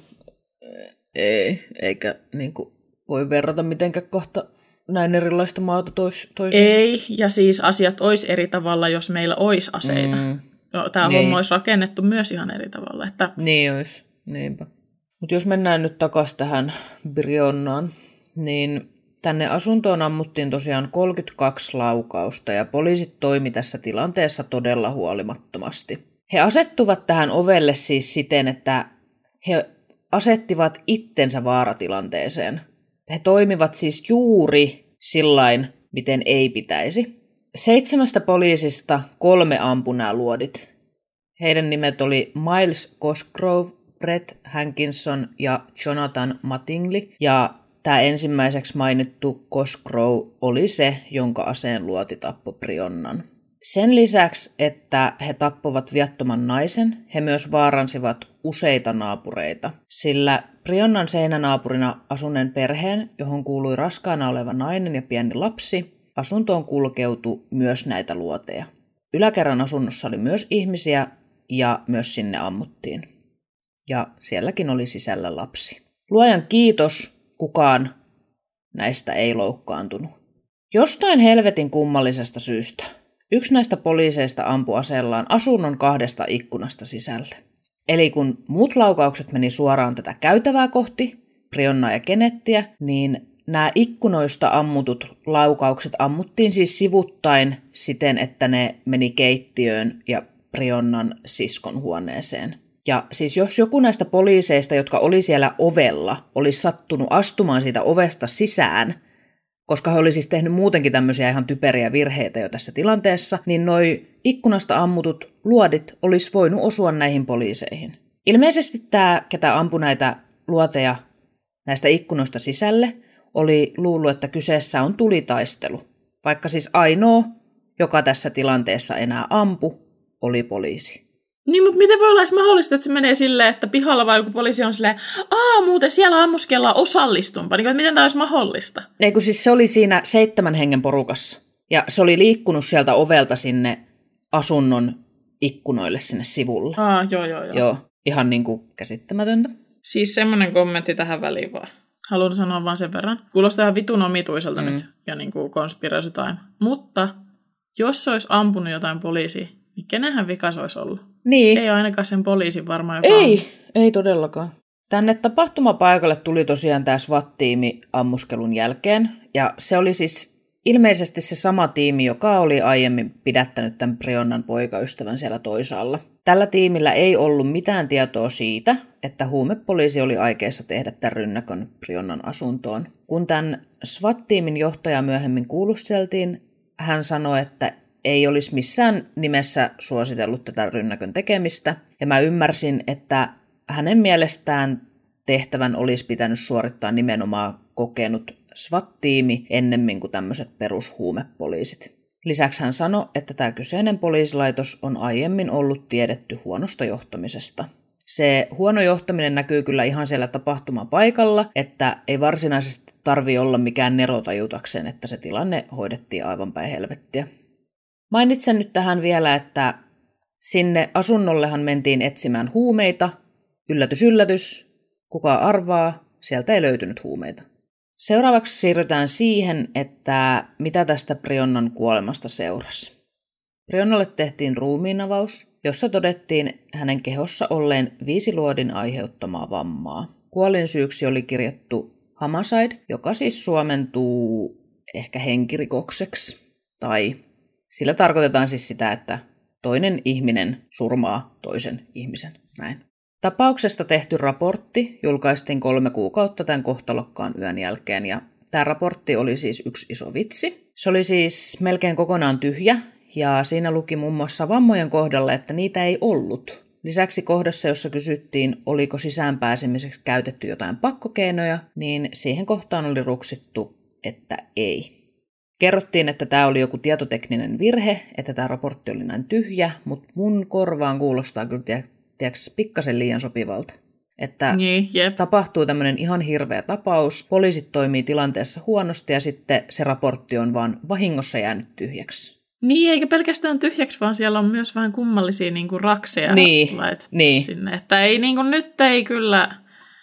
Speaker 3: Ei, eikä niinku voi verrata mitenkään kohta näin erilaista maata toisiinsa.
Speaker 2: Ei, ja siis asiat olisi eri tavalla, jos meillä olisi aseita. Tämä homma olisi rakennettu myös ihan eri tavalla. Että...
Speaker 3: Niin olisi, niinpä. Mutta jos mennään nyt takaisin tähän Brionnaan, niin tänne asuntoon ammuttiin tosiaan 32 laukausta ja poliisit toimi tässä tilanteessa todella huolimattomasti. He asettuvat tähän ovelle siis siten, että he asettivat itsensä vaaratilanteeseen. He toimivat siis juuri sillain, miten ei pitäisi. 7 poliisista 3 ampui nämä luodit. Heidän nimet oli Miles Cosgrove, Brett Hankinson ja Jonathan Mattingly. Ja tämä ensimmäiseksi mainittu Cosgrove oli se, jonka aseen luoti tappoi Brionnan. Sen lisäksi, että he tappoivat viattoman naisen, he myös vaaransivat useita naapureita, sillä Brionnan seinänaapurina asuneen perheen, johon kuului raskaana oleva nainen ja pieni lapsi, asuntoon kulkeutui myös näitä luoteja. Yläkerran asunnossa oli myös ihmisiä ja myös sinne ammuttiin. Ja sielläkin oli sisällä lapsi. Luojan kiitos, kukaan näistä ei loukkaantunut. Jostain helvetin kummallisesta syystä yksi näistä poliiseista ampui aseellaan asunnon 2 ikkunasta sisälle. Eli kun muut laukaukset meni suoraan tätä käytävää kohti, Brionnaa ja Kennettiä, niin nämä ikkunoista ammutut laukaukset ammuttiin siis sivuttain siten, että ne meni keittiöön ja Brionnan siskon huoneeseen. Ja siis jos joku näistä poliiseista, jotka oli siellä ovella, olisi sattunut astumaan siitä ovesta sisään, koska he oli siis tehnyt muutenkin tämmöisiä ihan typeriä virheitä jo tässä tilanteessa, niin noi ikkunasta ammutut luodit olisi voinut osua näihin poliiseihin. Ilmeisesti tämä, ketä ampui näitä luoteja näistä ikkunoista sisälle, oli luullut, että kyseessä on tulitaistelu, vaikka siis ainoa, joka tässä tilanteessa enää ampui, oli poliisi.
Speaker 2: Niin, mutta miten voi olla edes mahdollista, että se menee silleen, että pihalla vai joku poliisi on silleen, muuten siellä ammuskellaan osallistumpa. Niin, miten tämä olisi mahdollista?
Speaker 3: Ei, kun siis se oli siinä 7 hengen porukassa. Ja se oli liikkunut sieltä ovelta sinne asunnon ikkunoille sinne sivulle. Joo, ihan niin kuin käsittämätöntä.
Speaker 2: Siis semmoinen kommentti tähän väliin vaan. Haluan sanoa vaan sen verran. Kuulostaa ihan vitun omituiselta nyt ja niin kuin conspiracy time. Mutta jos se olisi ampunut jotain poliisia, niin kenenhän vika se olisi ollut?
Speaker 3: Niin.
Speaker 2: Ei ainakaan sen poliisin varmaan, joka
Speaker 3: Ei todellakaan. Tänne tapahtumapaikalle tuli tosiaan tämä SWAT-tiimi ammuskelun jälkeen. Ja se oli siis ilmeisesti se sama tiimi, joka oli aiemmin pidättänyt tämän Brionnan poikaystävän siellä toisaalla. Tällä tiimillä ei ollut mitään tietoa siitä, että huumepoliisi oli aikeissa tehdä tämän rynnäkön Brionnan asuntoon. Kun tämän SWAT-tiimin johtaja myöhemmin kuulusteltiin, hän sanoi, että ei olisi missään nimessä suositellut tätä rynnäkön tekemistä. Ja mä ymmärsin, että hänen mielestään tehtävän olisi pitänyt suorittaa nimenomaan kokenut SWAT-tiimi ennemmin kuin tämmöiset perushuumepoliisit. Lisäksi hän sanoi, että tämä kyseinen poliisilaitos on aiemmin ollut tiedetty huonosta johtamisesta. Se huono johtaminen näkyy kyllä ihan siellä tapahtumapaikalla, että ei varsinaisesti tarvitse olla mikään nero tajutakseen, että se tilanne hoidettiin aivan päin helvettiä. Mainitsen nyt tähän vielä, että sinne asunnollehan mentiin etsimään huumeita. Yllätys, yllätys. Kuka arvaa, sieltä ei löytynyt huumeita. Seuraavaksi siirrytään siihen, että mitä tästä Brionnan kuolemasta seurasi. Brionnalle tehtiin ruumiinavaus, jossa todettiin hänen kehossa olleen 5 luodin aiheuttamaa vammaa. Kuolinsyyksi oli kirjattu homicide, joka siis suomentuu ehkä henkirikokseksi. Tai sillä tarkoitetaan siis sitä, että toinen ihminen surmaa toisen ihmisen. Näin. Tapauksesta tehty raportti julkaistiin 3 kuukautta tämän kohtalokkaan yön jälkeen, ja tämä raportti oli siis yksi iso vitsi. Se oli siis melkein kokonaan tyhjä, ja siinä luki muun muassa vammojen kohdalla, että niitä ei ollut. Lisäksi kohdassa, jossa kysyttiin, oliko sisäänpääsemiseksi käytetty jotain pakkokeinoja, niin siihen kohtaan oli ruksittu, että ei. Kerrottiin, että tämä oli joku tietotekninen virhe, että tämä raportti oli näin tyhjä, mutta mun korvaan kuulostaa kyllä pikkasen liian sopivalta. Että tapahtuu tämmöinen ihan hirveä tapaus, poliisit toimii tilanteessa huonosti ja sitten se raportti on vaan vahingossa jäänyt tyhjäksi.
Speaker 2: Niin, eikä pelkästään tyhjäksi, vaan siellä on myös vähän kummallisia niinku rakseja laitettu sinne. Että ei, niinku, nyt ei kyllä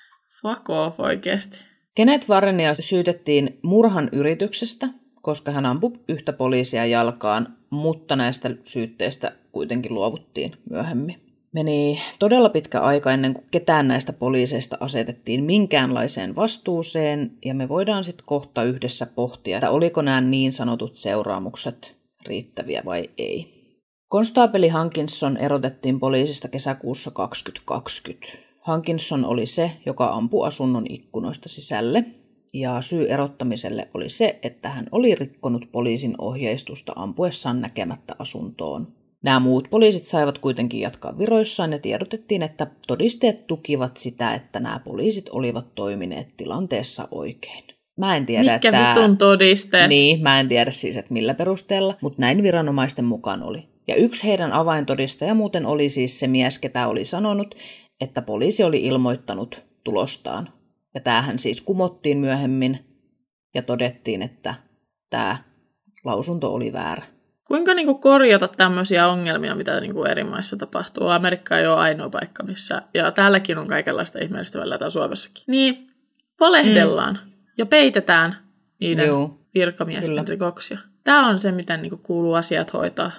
Speaker 2: fuck off oikeasti.
Speaker 3: Kenneth Warrenia syytettiin murhan yrityksestä, koska hän ampui yhtä poliisia jalkaan, mutta näistä syytteistä kuitenkin luovuttiin myöhemmin. Meni todella pitkä aika ennen kuin ketään näistä poliiseista asetettiin minkäänlaiseen vastuuseen, ja me voidaan sitten kohta yhdessä pohtia, että oliko nämä niin sanotut seuraamukset riittäviä vai ei. Konstaapeli Hankinson erotettiin poliisista kesäkuussa 2020. Hankinson oli se, joka ampui asunnon ikkunoista sisälle, ja syy erottamiselle oli se, että hän oli rikkonut poliisin ohjeistusta ampuessaan näkemättä asuntoon. Nämä muut poliisit saivat kuitenkin jatkaa viroissaan ja tiedotettiin, että todisteet tukivat sitä, että nämä poliisit olivat toimineet tilanteessa oikein. Mä en tiedä,
Speaker 2: mitkä vitun todisteet?
Speaker 3: Niin, mä en tiedä siis, että millä perusteella, mutta näin viranomaisten mukaan oli. Ja yksi heidän avaintodistaja muuten oli siis se mies, ketä oli sanonut, että poliisi oli ilmoittanut tulostaan. Ja tämähän siis kumottiin myöhemmin ja todettiin, että tämä lausunto oli väärä.
Speaker 2: Kuinka niinku korjata tämmöisiä ongelmia, mitä niinku eri maissa tapahtuu? Amerikka ei ole ainoa paikka, missä, ja täälläkin on kaikenlaista ihmeellistä välillä tai Suomessakin. Niin valehdellaan ja peitetään niiden virkamiesten rikoksia. Tämä on se, miten niinku kuuluu asiat hoitaa,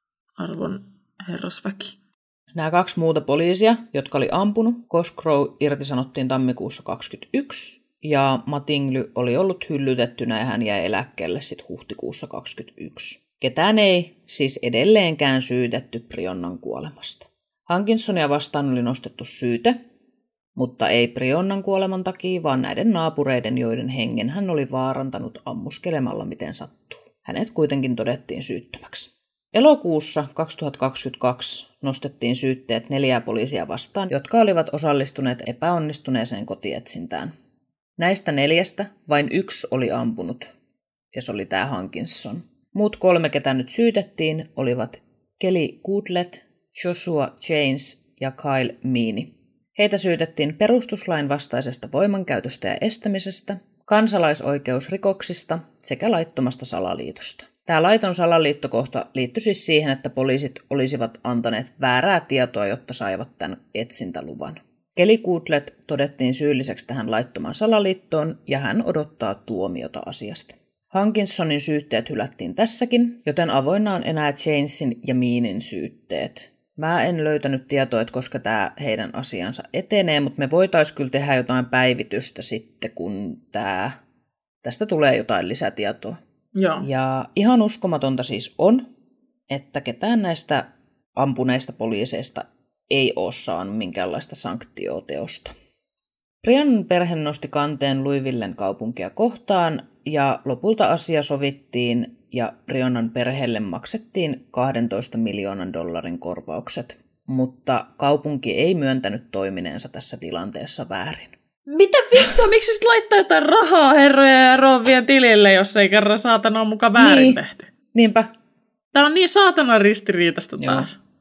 Speaker 2: arvon herrasväki.
Speaker 3: Nämä 2 muuta poliisia, jotka oli ampunut, Cosgrove irtisanottiin tammikuussa 2021, ja Mattingly oli ollut hyllytettynä ja hän jäi eläkkeelle sitten huhtikuussa 2021. Ketään ei siis edelleenkään syytetty Brionnan kuolemasta. Hankinsonia vastaan oli nostettu syyte, mutta ei Brionnan kuoleman takia, vaan näiden naapureiden, joiden hengen hän oli vaarantanut ammuskelemalla miten sattuu. Hänet kuitenkin todettiin syyttömäksi. Elokuussa 2022 nostettiin syytteet 4 poliisia vastaan, jotka olivat osallistuneet epäonnistuneeseen kotietsintään. Näistä 4 vain 1 oli ampunut, ja se oli tämä Hankinson. Muut 3, ketä nyt syytettiin, olivat Kelly Goodlett, Joshua James ja Kyle Meany. Heitä syytettiin perustuslain vastaisesta voimankäytöstä ja estämisestä, kansalaisoikeusrikoksista sekä laittomasta salaliitosta. Tämä laiton salaliittokohta liittyi siis siihen, että poliisit olisivat antaneet väärää tietoa, jotta saivat tämän etsintäluvan. Kelly Goodlett todettiin syylliseksi tähän laittoman salaliittoon ja hän odottaa tuomiota asiasta. Hankinsonin syytteet hylättiin tässäkin, joten avoinna on enää Jamesin ja Meanin syytteet. Mä en löytänyt tietoa, että koska tämä heidän asiansa etenee, mutta me voitaisiin kyllä tehdä jotain päivitystä sitten, kun tästä tulee jotain lisätietoa.
Speaker 2: Joo.
Speaker 3: Ja ihan uskomatonta siis on, että ketään näistä ampuneista poliiseista ei ole saanut minkäänlaista sanktioteosta. Brionnan perhe nosti kanteen Louisvillen kaupunkia kohtaan ja lopulta asia sovittiin ja Brionnan perheelle maksettiin $12 miljoonan korvaukset, mutta kaupunki ei myöntänyt toimineensa tässä tilanteessa väärin.
Speaker 2: Mitä vittua, miksi sit laittaa jotain rahaa herroja ja rouvien tilille, jos ei kerran saatana ole mukaan väärin tehty?
Speaker 3: Niinpä.
Speaker 2: Tää on niin saatanan ristiriitasta taas.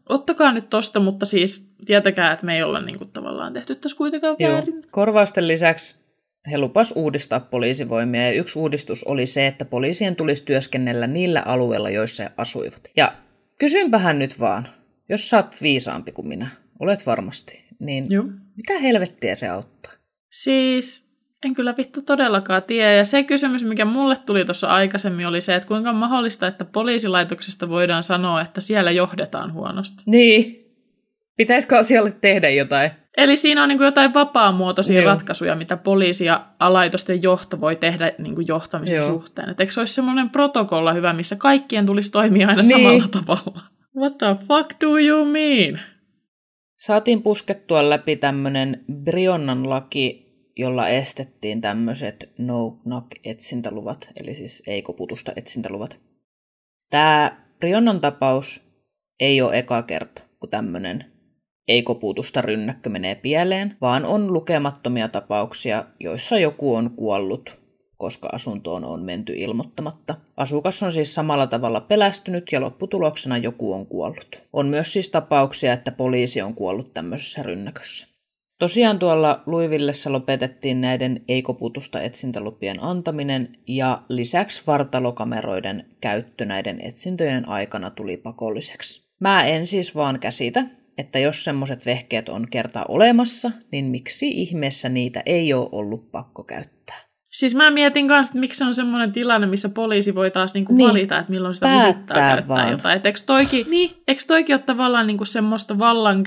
Speaker 2: ottakaa nyt tosta, mutta siis tietäkää, että me ei olla niin kuin tavallaan tehty tässä kuitenkaan väärin.
Speaker 3: Korvausten lisäksi he lupas uudistaa poliisivoimia, ja yksi uudistus oli se, että poliisien tulisi työskennellä niillä alueilla, joissa he asuivat. Ja kysynpähän nyt vaan, jos sä oot viisaampi kuin minä, olet varmasti, niin mitä helvettiä se auttaa?
Speaker 2: Siis en kyllä vittu todellakaan tiedä. Ja se kysymys, mikä mulle tuli tuossa aikaisemmin, oli se, että kuinka on mahdollista, että poliisilaitoksesta voidaan sanoa, että siellä johdetaan huonosti.
Speaker 3: Niin. Pitäisikö asialle tehdä jotain?
Speaker 2: Eli siinä on niin kuin jotain vapaamuotoisia ratkaisuja, mitä poliisi ja laitosten johto voi tehdä niin kuin johtamisen suhteen. Et eikö se olisi semmoinen protokolla hyvä, missä kaikkien tulisi toimia aina samalla tavalla? What the fuck do you mean?
Speaker 3: Saatiin puskettua läpi tämmöinen Brionnan laki, jolla estettiin tämmöiset no-knock-etsintäluvat, eli siis ei-koputusta etsintäluvat. Tämä Brionnan tapaus ei ole eka kerta, kun tämmöinen ei-koputusta rynnäkkö menee pieleen, vaan on lukemattomia tapauksia, joissa joku on kuollut, koska asuntoon on menty ilmoittamatta. Asukas on siis samalla tavalla pelästynyt ja lopputuloksena joku on kuollut. On myös siis tapauksia, että poliisi on kuollut tämmöisessä rynnäkössä. Tosiaan tuolla Louisvillessä lopetettiin näiden ei-koputusta etsintälupien antaminen ja lisäksi vartalokameroiden käyttö näiden etsintöjen aikana tuli pakolliseksi. Mä en siis vaan käsitä, että jos semmoiset vehkeet on kerta olemassa, niin miksi ihmeessä niitä ei ole ollut pakko käyttää?
Speaker 2: Siis mä mietin kanssa, että miksi on semmoinen tilanne, missä poliisi voi taas niinku valita, että milloin sitä huvittaa käyttää vaan jotain. Eikö toikin ole tavallaan niinku semmoista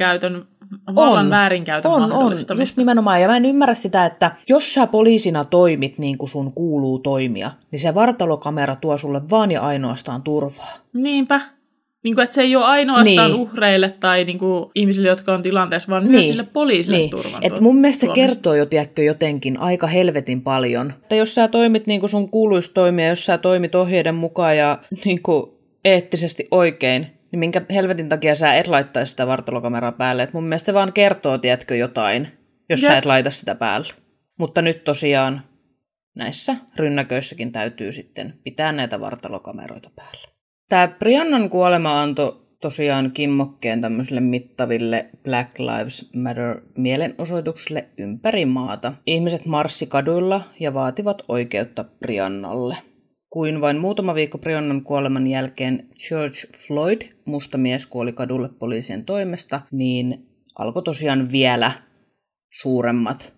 Speaker 2: vallan väärinkäytön mahdollistamista?
Speaker 3: On, just nimenomaan. Ja mä en ymmärrä sitä, että jos sä poliisina toimit niin kuin sun kuuluu toimia, niin se vartalokamera tuo sulle vaan ja ainoastaan turvaa.
Speaker 2: Niinpä. Niin kuin, että se ei ole ainoastaan uhreille tai niin kuin ihmisille, jotka on tilanteessa, vaan myös sille poliisille turvan.
Speaker 3: Et mun mielestä se kertoo jotenkin aika helvetin paljon. Että jos sä toimit niin kuin sun kuuluisi toimia, jos sä toimit ohjeiden mukaan ja niin kuin eettisesti oikein, niin minkä helvetin takia sä et laittaisi sitä vartalokameraa päälle. Et mun mielestä se vaan kertoo, jotain, jos sä et laita sitä päälle. Mutta nyt tosiaan näissä rynnäköissäkin täytyy sitten pitää näitä vartalokameroita päällä. Tämä Brionnan kuolema antoi tosiaan kimmokkeen tämmöisille mittaville Black Lives Matter-mielenosoituksille ympäri maata. Ihmiset marssi kaduilla ja vaativat oikeutta Brionnalle. Kuin vain muutama viikko Brionnan kuoleman jälkeen George Floyd, musta mies, kuoli kadulle poliisien toimesta, niin alkoi tosiaan vielä suuremmat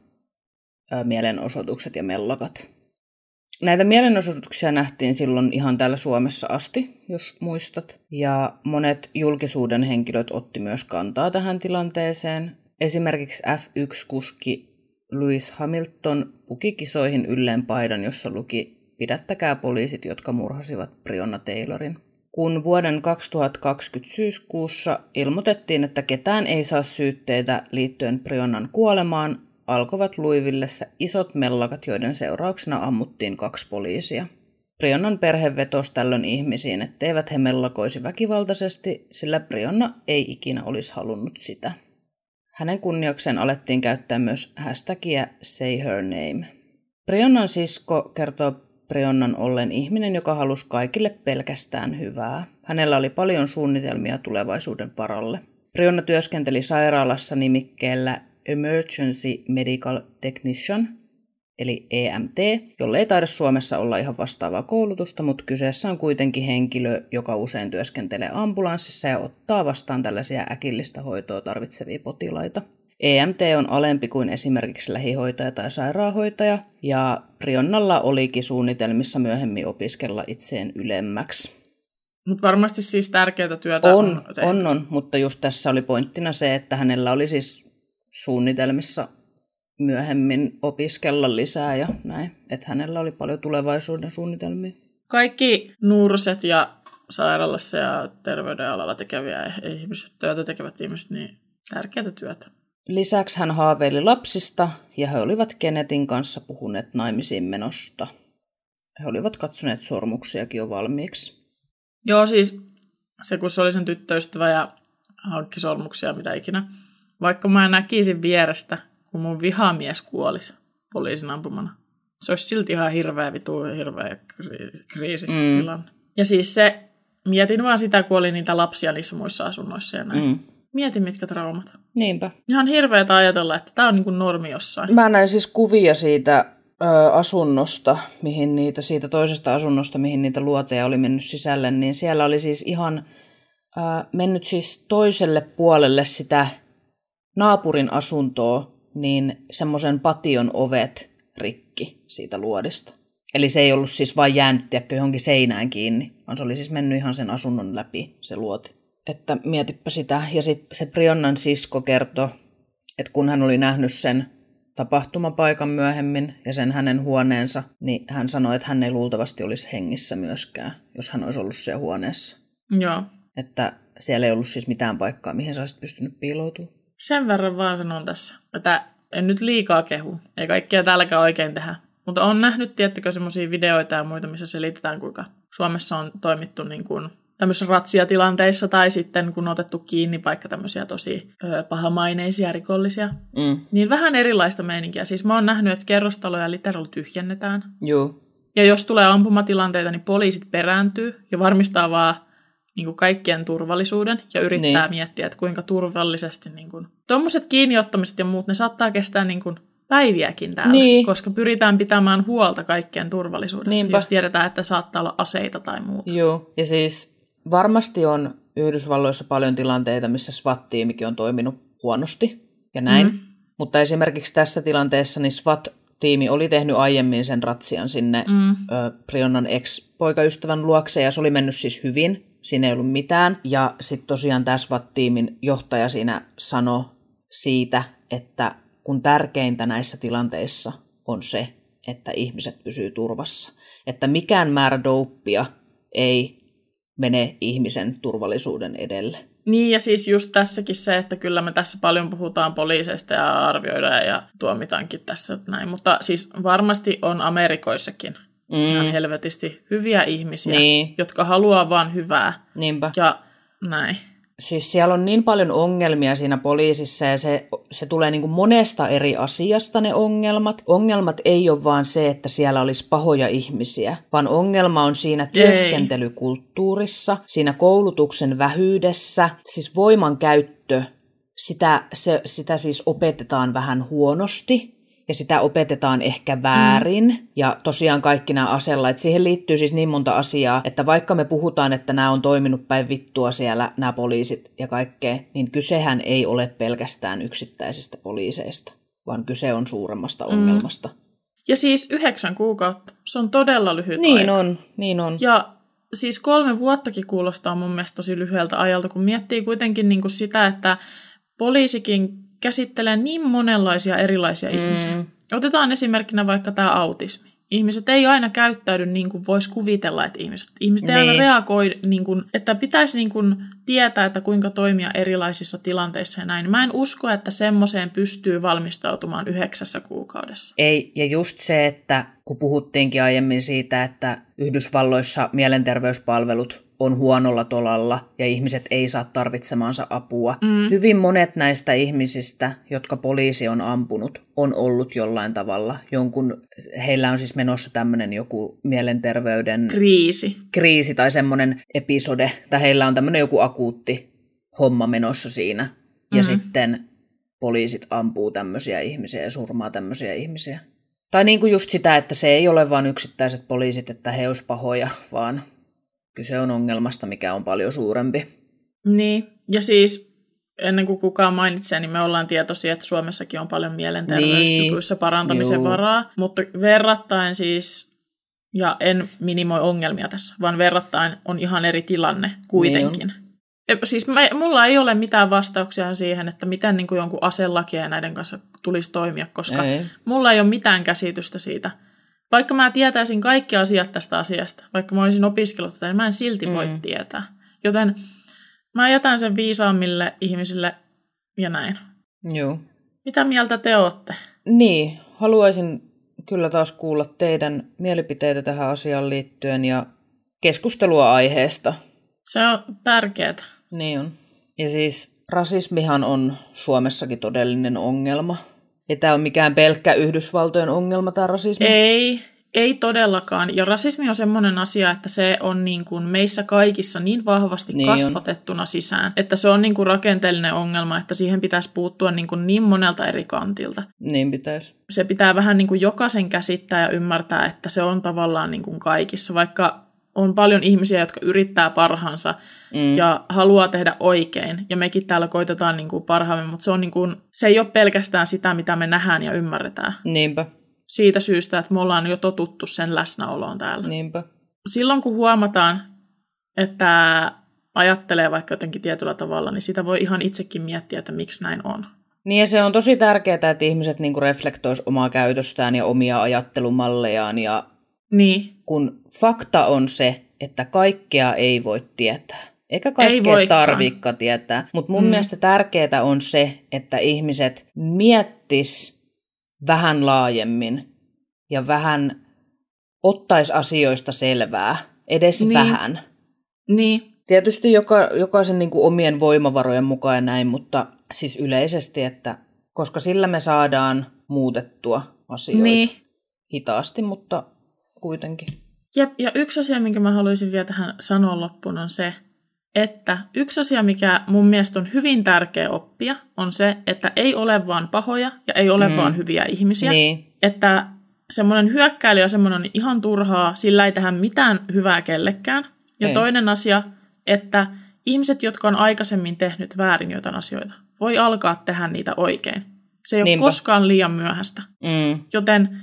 Speaker 3: mielenosoitukset ja mellakat. Näitä mielenosoituksia nähtiin silloin ihan täällä Suomessa asti, jos muistat. Ja monet julkisuuden henkilöt otti myös kantaa tähän tilanteeseen. Esimerkiksi F1-kuski Lewis Hamilton puki kisoihin ylleen paidan, jossa luki "Pidättäkää poliisit, jotka murhasivat Breonna Taylorin". Kun vuoden 2020 syyskuussa ilmoitettiin, että ketään ei saa syytteitä liittyen Breonnan kuolemaan, alkoivat Louisvillessä isot mellakat, joiden seurauksena ammuttiin 2 poliisia. Breonnan perhe vetosi tällöin ihmisiin, etteivät he mellakoisi väkivaltaisesti, sillä Breonna ei ikinä olisi halunnut sitä. Hänen kunniakseen alettiin käyttää myös hashtagia Say Her Name. Breonnan sisko kertoo Breonnan ollen ihminen, joka halusi kaikille pelkästään hyvää. Hänellä oli paljon suunnitelmia tulevaisuuden varalle. Breonna työskenteli sairaalassa nimikkeellä Emergency Medical Technician, eli EMT, jolle ei taida Suomessa olla ihan vastaavaa koulutusta, mutta kyseessä on kuitenkin henkilö, joka usein työskentelee ambulanssissa ja ottaa vastaan tällaisia äkillistä hoitoa tarvitsevia potilaita. EMT on alempi kuin esimerkiksi lähihoitaja tai sairaanhoitaja, ja Breonnalla olikin suunnitelmissa myöhemmin opiskella itseen ylemmäksi.
Speaker 2: Mutta varmasti siis tärkeää työtä on tehty.
Speaker 3: On, mutta just tässä oli pointtina se, että hänellä oli siis suunnitelmissa myöhemmin opiskella lisää ja näin. Että hänellä oli paljon tulevaisuuden suunnitelmia.
Speaker 2: Kaikki nurset ja sairaalassa ja terveydenalalla tekeviä ihmiset, työtä tekevät ihmiset, niin tärkeää työtä.
Speaker 3: Lisäksi hän haaveili lapsista ja he olivat Kennethin kanssa puhuneet naimisiin menosta. He olivat katsoneet sormuksiakin jo valmiiksi.
Speaker 2: Joo, siis se kun se oli sen tyttöystävä ja hankki sormuksia mitä ikinä. Vaikka mä näkisin vierestä, kun mun vihamies kuolisi poliisin ampumana. Se olisi silti ihan hirveä kriisitilanne. Ja siis se mietin vaan sitä, kun oli niitä lapsia niissä muissa asunnoissa ja näin. Mietin, mitkä traumat.
Speaker 3: Niinpä.
Speaker 2: Ihan hirveetä ajatella, että tämä on niin kuin normi jossain.
Speaker 3: Mä näin siis kuvia siitä asunnosta, siitä toisesta asunnosta, mihin niitä luoteja oli mennyt sisälle, niin siellä oli siis ihan mennyt siis toiselle puolelle sitä naapurin asuntoa, niin semmoisen pation ovet rikki siitä luodista. Eli se ei ollut siis vain jäänyt johonkin seinään kiinni, vaan se oli siis mennyt ihan sen asunnon läpi se luoti. Että mietipä sitä. Ja sitten se Brionnan sisko kertoi, että kun hän oli nähnyt sen tapahtumapaikan myöhemmin ja sen hänen huoneensa, niin hän sanoi, että hän ei luultavasti olisi hengissä myöskään, jos hän olisi ollut siellä huoneessa.
Speaker 2: Joo.
Speaker 3: Että siellä ei ollut siis mitään paikkaa, mihin sä olisit pystynyt piiloutumaan.
Speaker 2: Sen verran vaan sanon tässä, että en nyt liikaa kehu, ei kaikkea täälläkään oikein tehdä. Mutta on nähnyt, tiettäkö, semmoisia videoita ja muita, missä selitetään, kuinka Suomessa on toimittu niin kuin tämmöisissä ratsiatilanteissa tai sitten kun on otettu kiinni vaikka tämmöisiä tosi pahamaineisia rikollisia. Niin vähän erilaista meininkiä. Siis mä oon nähnyt, että kerrostaloja literal tyhjennetään.
Speaker 3: Joo. Ja
Speaker 2: jos tulee ampumatilanteita, niin poliisit perääntyy ja varmistaa vaan niin kuin kaikkien turvallisuuden ja yrittää miettiä, että kuinka turvallisesti niin kuin tommoset kiinniottamiset ja muut, ne saattaa kestää niin kuin päiviäkin täällä, koska pyritään pitämään huolta kaikkien turvallisuudesta, jos tiedetään, että saattaa olla aseita tai muuta.
Speaker 3: Joo, ja siis varmasti on Yhdysvalloissa paljon tilanteita, missä SWAT-tiimikin on toiminut huonosti ja näin, mutta esimerkiksi tässä tilanteessa niin SWAT-tiimi oli tehnyt aiemmin sen ratsian sinne Brionnan ex-poikaystävän luokse, ja se oli mennyt siis hyvin, siinä ei ollut mitään, ja sitten tosiaan tämä SWAT-tiimin johtaja siinä sanoi siitä, että kun tärkeintä näissä tilanteissa on se, että ihmiset pysyy turvassa. Että mikään määrä douppia ei mene ihmisen turvallisuuden edelle.
Speaker 2: Niin, ja siis just tässäkin se, että kyllä me tässä paljon puhutaan poliiseista ja arvioidaan ja tuomitaankin tässä näin. Mutta siis varmasti on Amerikoissakin ihan helvetisti hyviä ihmisiä, jotka haluaa vaan hyvää.
Speaker 3: Niinpä.
Speaker 2: Ja näin.
Speaker 3: Siis siellä on niin paljon ongelmia siinä poliisissa ja se tulee niin kuin monesta eri asiasta ne ongelmat. Ongelmat ei ole vaan se, että siellä olisi pahoja ihmisiä, vaan ongelma on siinä työskentelykulttuurissa, siinä koulutuksen vähyydessä, siis voimankäyttö, sitä siis opetetaan vähän huonosti. Ja sitä opetetaan ehkä väärin. Ja tosiaan kaikki nämä aselait. Siihen liittyy siis niin monta asiaa, että vaikka me puhutaan, että nämä on toiminut päin vittua siellä, nämä poliisit ja kaikkea, niin kysehän ei ole pelkästään yksittäisistä poliiseista, vaan kyse on suuremmasta ongelmasta.
Speaker 2: Ja siis 9 kuukautta. Se on todella lyhyt aika.
Speaker 3: Niin on.
Speaker 2: Ja siis 3 vuottakin kuulostaa mun mielestä tosi lyhyeltä ajalta, kun miettii kuitenkin niin kuin sitä, että poliisikin käsittelee niin monenlaisia erilaisia ihmisiä. Otetaan esimerkkinä vaikka tämä autismi. Ihmiset ei aina käyttäydy niin kuin voisi kuvitella, että ihmiset ei aina reagoi, niin kuin, että pitäisi niin kuin tietää, että kuinka toimia erilaisissa tilanteissa ja näin. Mä en usko, että semmoiseen pystyy valmistautumaan 9 kuukaudessa.
Speaker 3: Ei, ja just se, että kun puhuttiinkin aiemmin siitä, että Yhdysvalloissa mielenterveyspalvelut on huonolla tolalla ja ihmiset ei saa tarvitsemaansa apua. Hyvin monet näistä ihmisistä, jotka poliisi on ampunut, on ollut jollain tavalla. Heillä on siis menossa tämmöinen joku mielenterveyden kriisi tai semmoinen episode, tai heillä on tämmöinen joku akuutti homma menossa siinä. Ja sitten poliisit ampuu tämmöisiä ihmisiä ja surmaa tämmöisiä ihmisiä. Tai niin kuin just sitä, että se ei ole vain yksittäiset poliisit, että he olisivat pahoja, vaan kyse on ongelmasta, mikä on paljon suurempi.
Speaker 2: Niin, ja siis ennen kuin kukaan mainitsee, niin me ollaan tietoisia, että Suomessakin on paljon mielenterveysjutuissa parantamisen varaa, mutta verrattain siis, ja en minimoi ongelmia tässä, vaan verrattain on ihan eri tilanne kuitenkin. Niin siis mulla ei ole mitään vastauksia siihen, että miten niin kuin jonkun aselakia ja näiden kanssa tulisi toimia, koska mulla ei ole mitään käsitystä siitä. Vaikka mä tietäisin kaikki asiat tästä asiasta, vaikka mä olisin opiskellut tätä, niin mä en silti voi tietää. Joten mä jätän sen viisaammille ihmisille ja näin.
Speaker 3: Joo.
Speaker 2: Mitä mieltä te ootte?
Speaker 3: Niin, haluaisin kyllä taas kuulla teidän mielipiteitä tähän asiaan liittyen ja keskustelua aiheesta.
Speaker 2: Se on tärkeää.
Speaker 3: Niin on. Ja siis rasismihan on Suomessakin todellinen ongelma. Ei tämä ole mikään pelkkä Yhdysvaltojen ongelma, tämä rasismi.
Speaker 2: Ei todellakaan. Ja rasismi on semmoinen asia, että se on niin kuin meissä kaikissa niin vahvasti kasvatettuna sisään, että se on niin kuin rakenteellinen ongelma, että siihen pitäisi puuttua niin monelta eri kantilta.
Speaker 3: Niin pitäisi.
Speaker 2: Se pitää vähän niin kuin jokaisen käsittää ja ymmärtää, että se on tavallaan niin kuin kaikissa, vaikka on paljon ihmisiä, jotka yrittää parhaansa ja haluaa tehdä oikein. Ja mekin täällä koitetaan niin kuin parhaamme, mutta se ei ole pelkästään sitä, mitä me nähdään ja ymmärretään.
Speaker 3: Niinpä.
Speaker 2: Siitä syystä, että me ollaan jo totuttu sen läsnäoloon täällä.
Speaker 3: Niinpä.
Speaker 2: Silloin kun huomataan, että ajattelee vaikka jotenkin tietyllä tavalla, niin sitä voi ihan itsekin miettiä, että miksi näin on.
Speaker 3: Niin ja se on tosi tärkeää, että ihmiset niinku reflektoisivat omaa käytöstään ja omia ajattelumallejaan. Ja
Speaker 2: niin.
Speaker 3: Kun fakta on se, että kaikkea ei voi tietää. Eikä kaikkea tarviikaan tietää. Mutta mun mielestä tärkeää on se, että ihmiset miettis vähän laajemmin ja vähän ottais asioista selvää. Edes vähän.
Speaker 2: Niin.
Speaker 3: Tietysti jokaisen niin kuin omien voimavarojen mukaan ja näin, mutta siis yleisesti, että koska sillä me saadaan muutettua asioita hitaasti, mutta kuitenkin.
Speaker 2: Jep, ja yksi asia, minkä mä haluaisin vielä tähän sanoa loppuun, on se, että yksi asia, mikä mun mielestä on hyvin tärkeä oppia, on se, että ei ole vaan pahoja ja ei ole vaan hyviä ihmisiä.
Speaker 3: Niin.
Speaker 2: Että semmoinen hyökkäily ja semmoinen on ihan turhaa, sillä ei tehdä mitään hyvää kellekään. Ja toinen asia, että ihmiset, jotka on aikaisemmin tehnyt väärin jotain asioita, voi alkaa tehdä niitä oikein. Se ei ole koskaan liian myöhäistä. Joten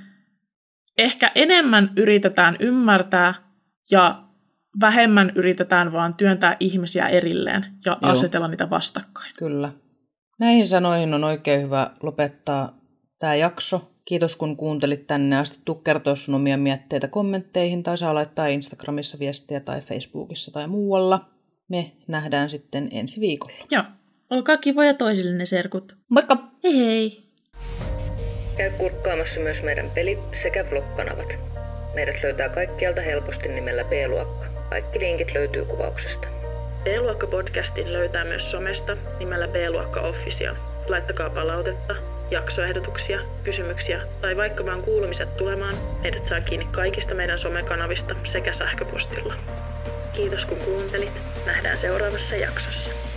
Speaker 2: ehkä enemmän yritetään ymmärtää ja vähemmän yritetään vaan työntää ihmisiä erilleen ja asetella niitä vastakkain.
Speaker 3: Kyllä. Näihin sanoihin on oikein hyvä lopettaa tämä jakso. Kiitos kun kuuntelit tänne asti. Tuu kertoa sun omia mietteitä kommentteihin tai saa laittaa Instagramissa viestiä tai Facebookissa tai muualla. Me nähdään sitten ensi viikolla.
Speaker 2: Joo. Olkaa kivoja toisillenne, serkut.
Speaker 3: Moikka!
Speaker 2: Hei hei!
Speaker 1: Käy kurkkaamassa myös meidän peli- sekä vlog-kanavat. Meidät löytää kaikkialta helposti nimellä B-luokka. Kaikki linkit löytyy kuvauksesta.
Speaker 2: B-luokka-podcastin löytää myös somesta nimellä B-luokka Official. Laittakaa palautetta, jaksoehdotuksia, kysymyksiä tai vaikka vaan kuulumiset tulemaan. Meidät saa kiinni kaikista meidän somekanavista sekä sähköpostilla. Kiitos kun kuuntelit. Nähdään seuraavassa jaksossa.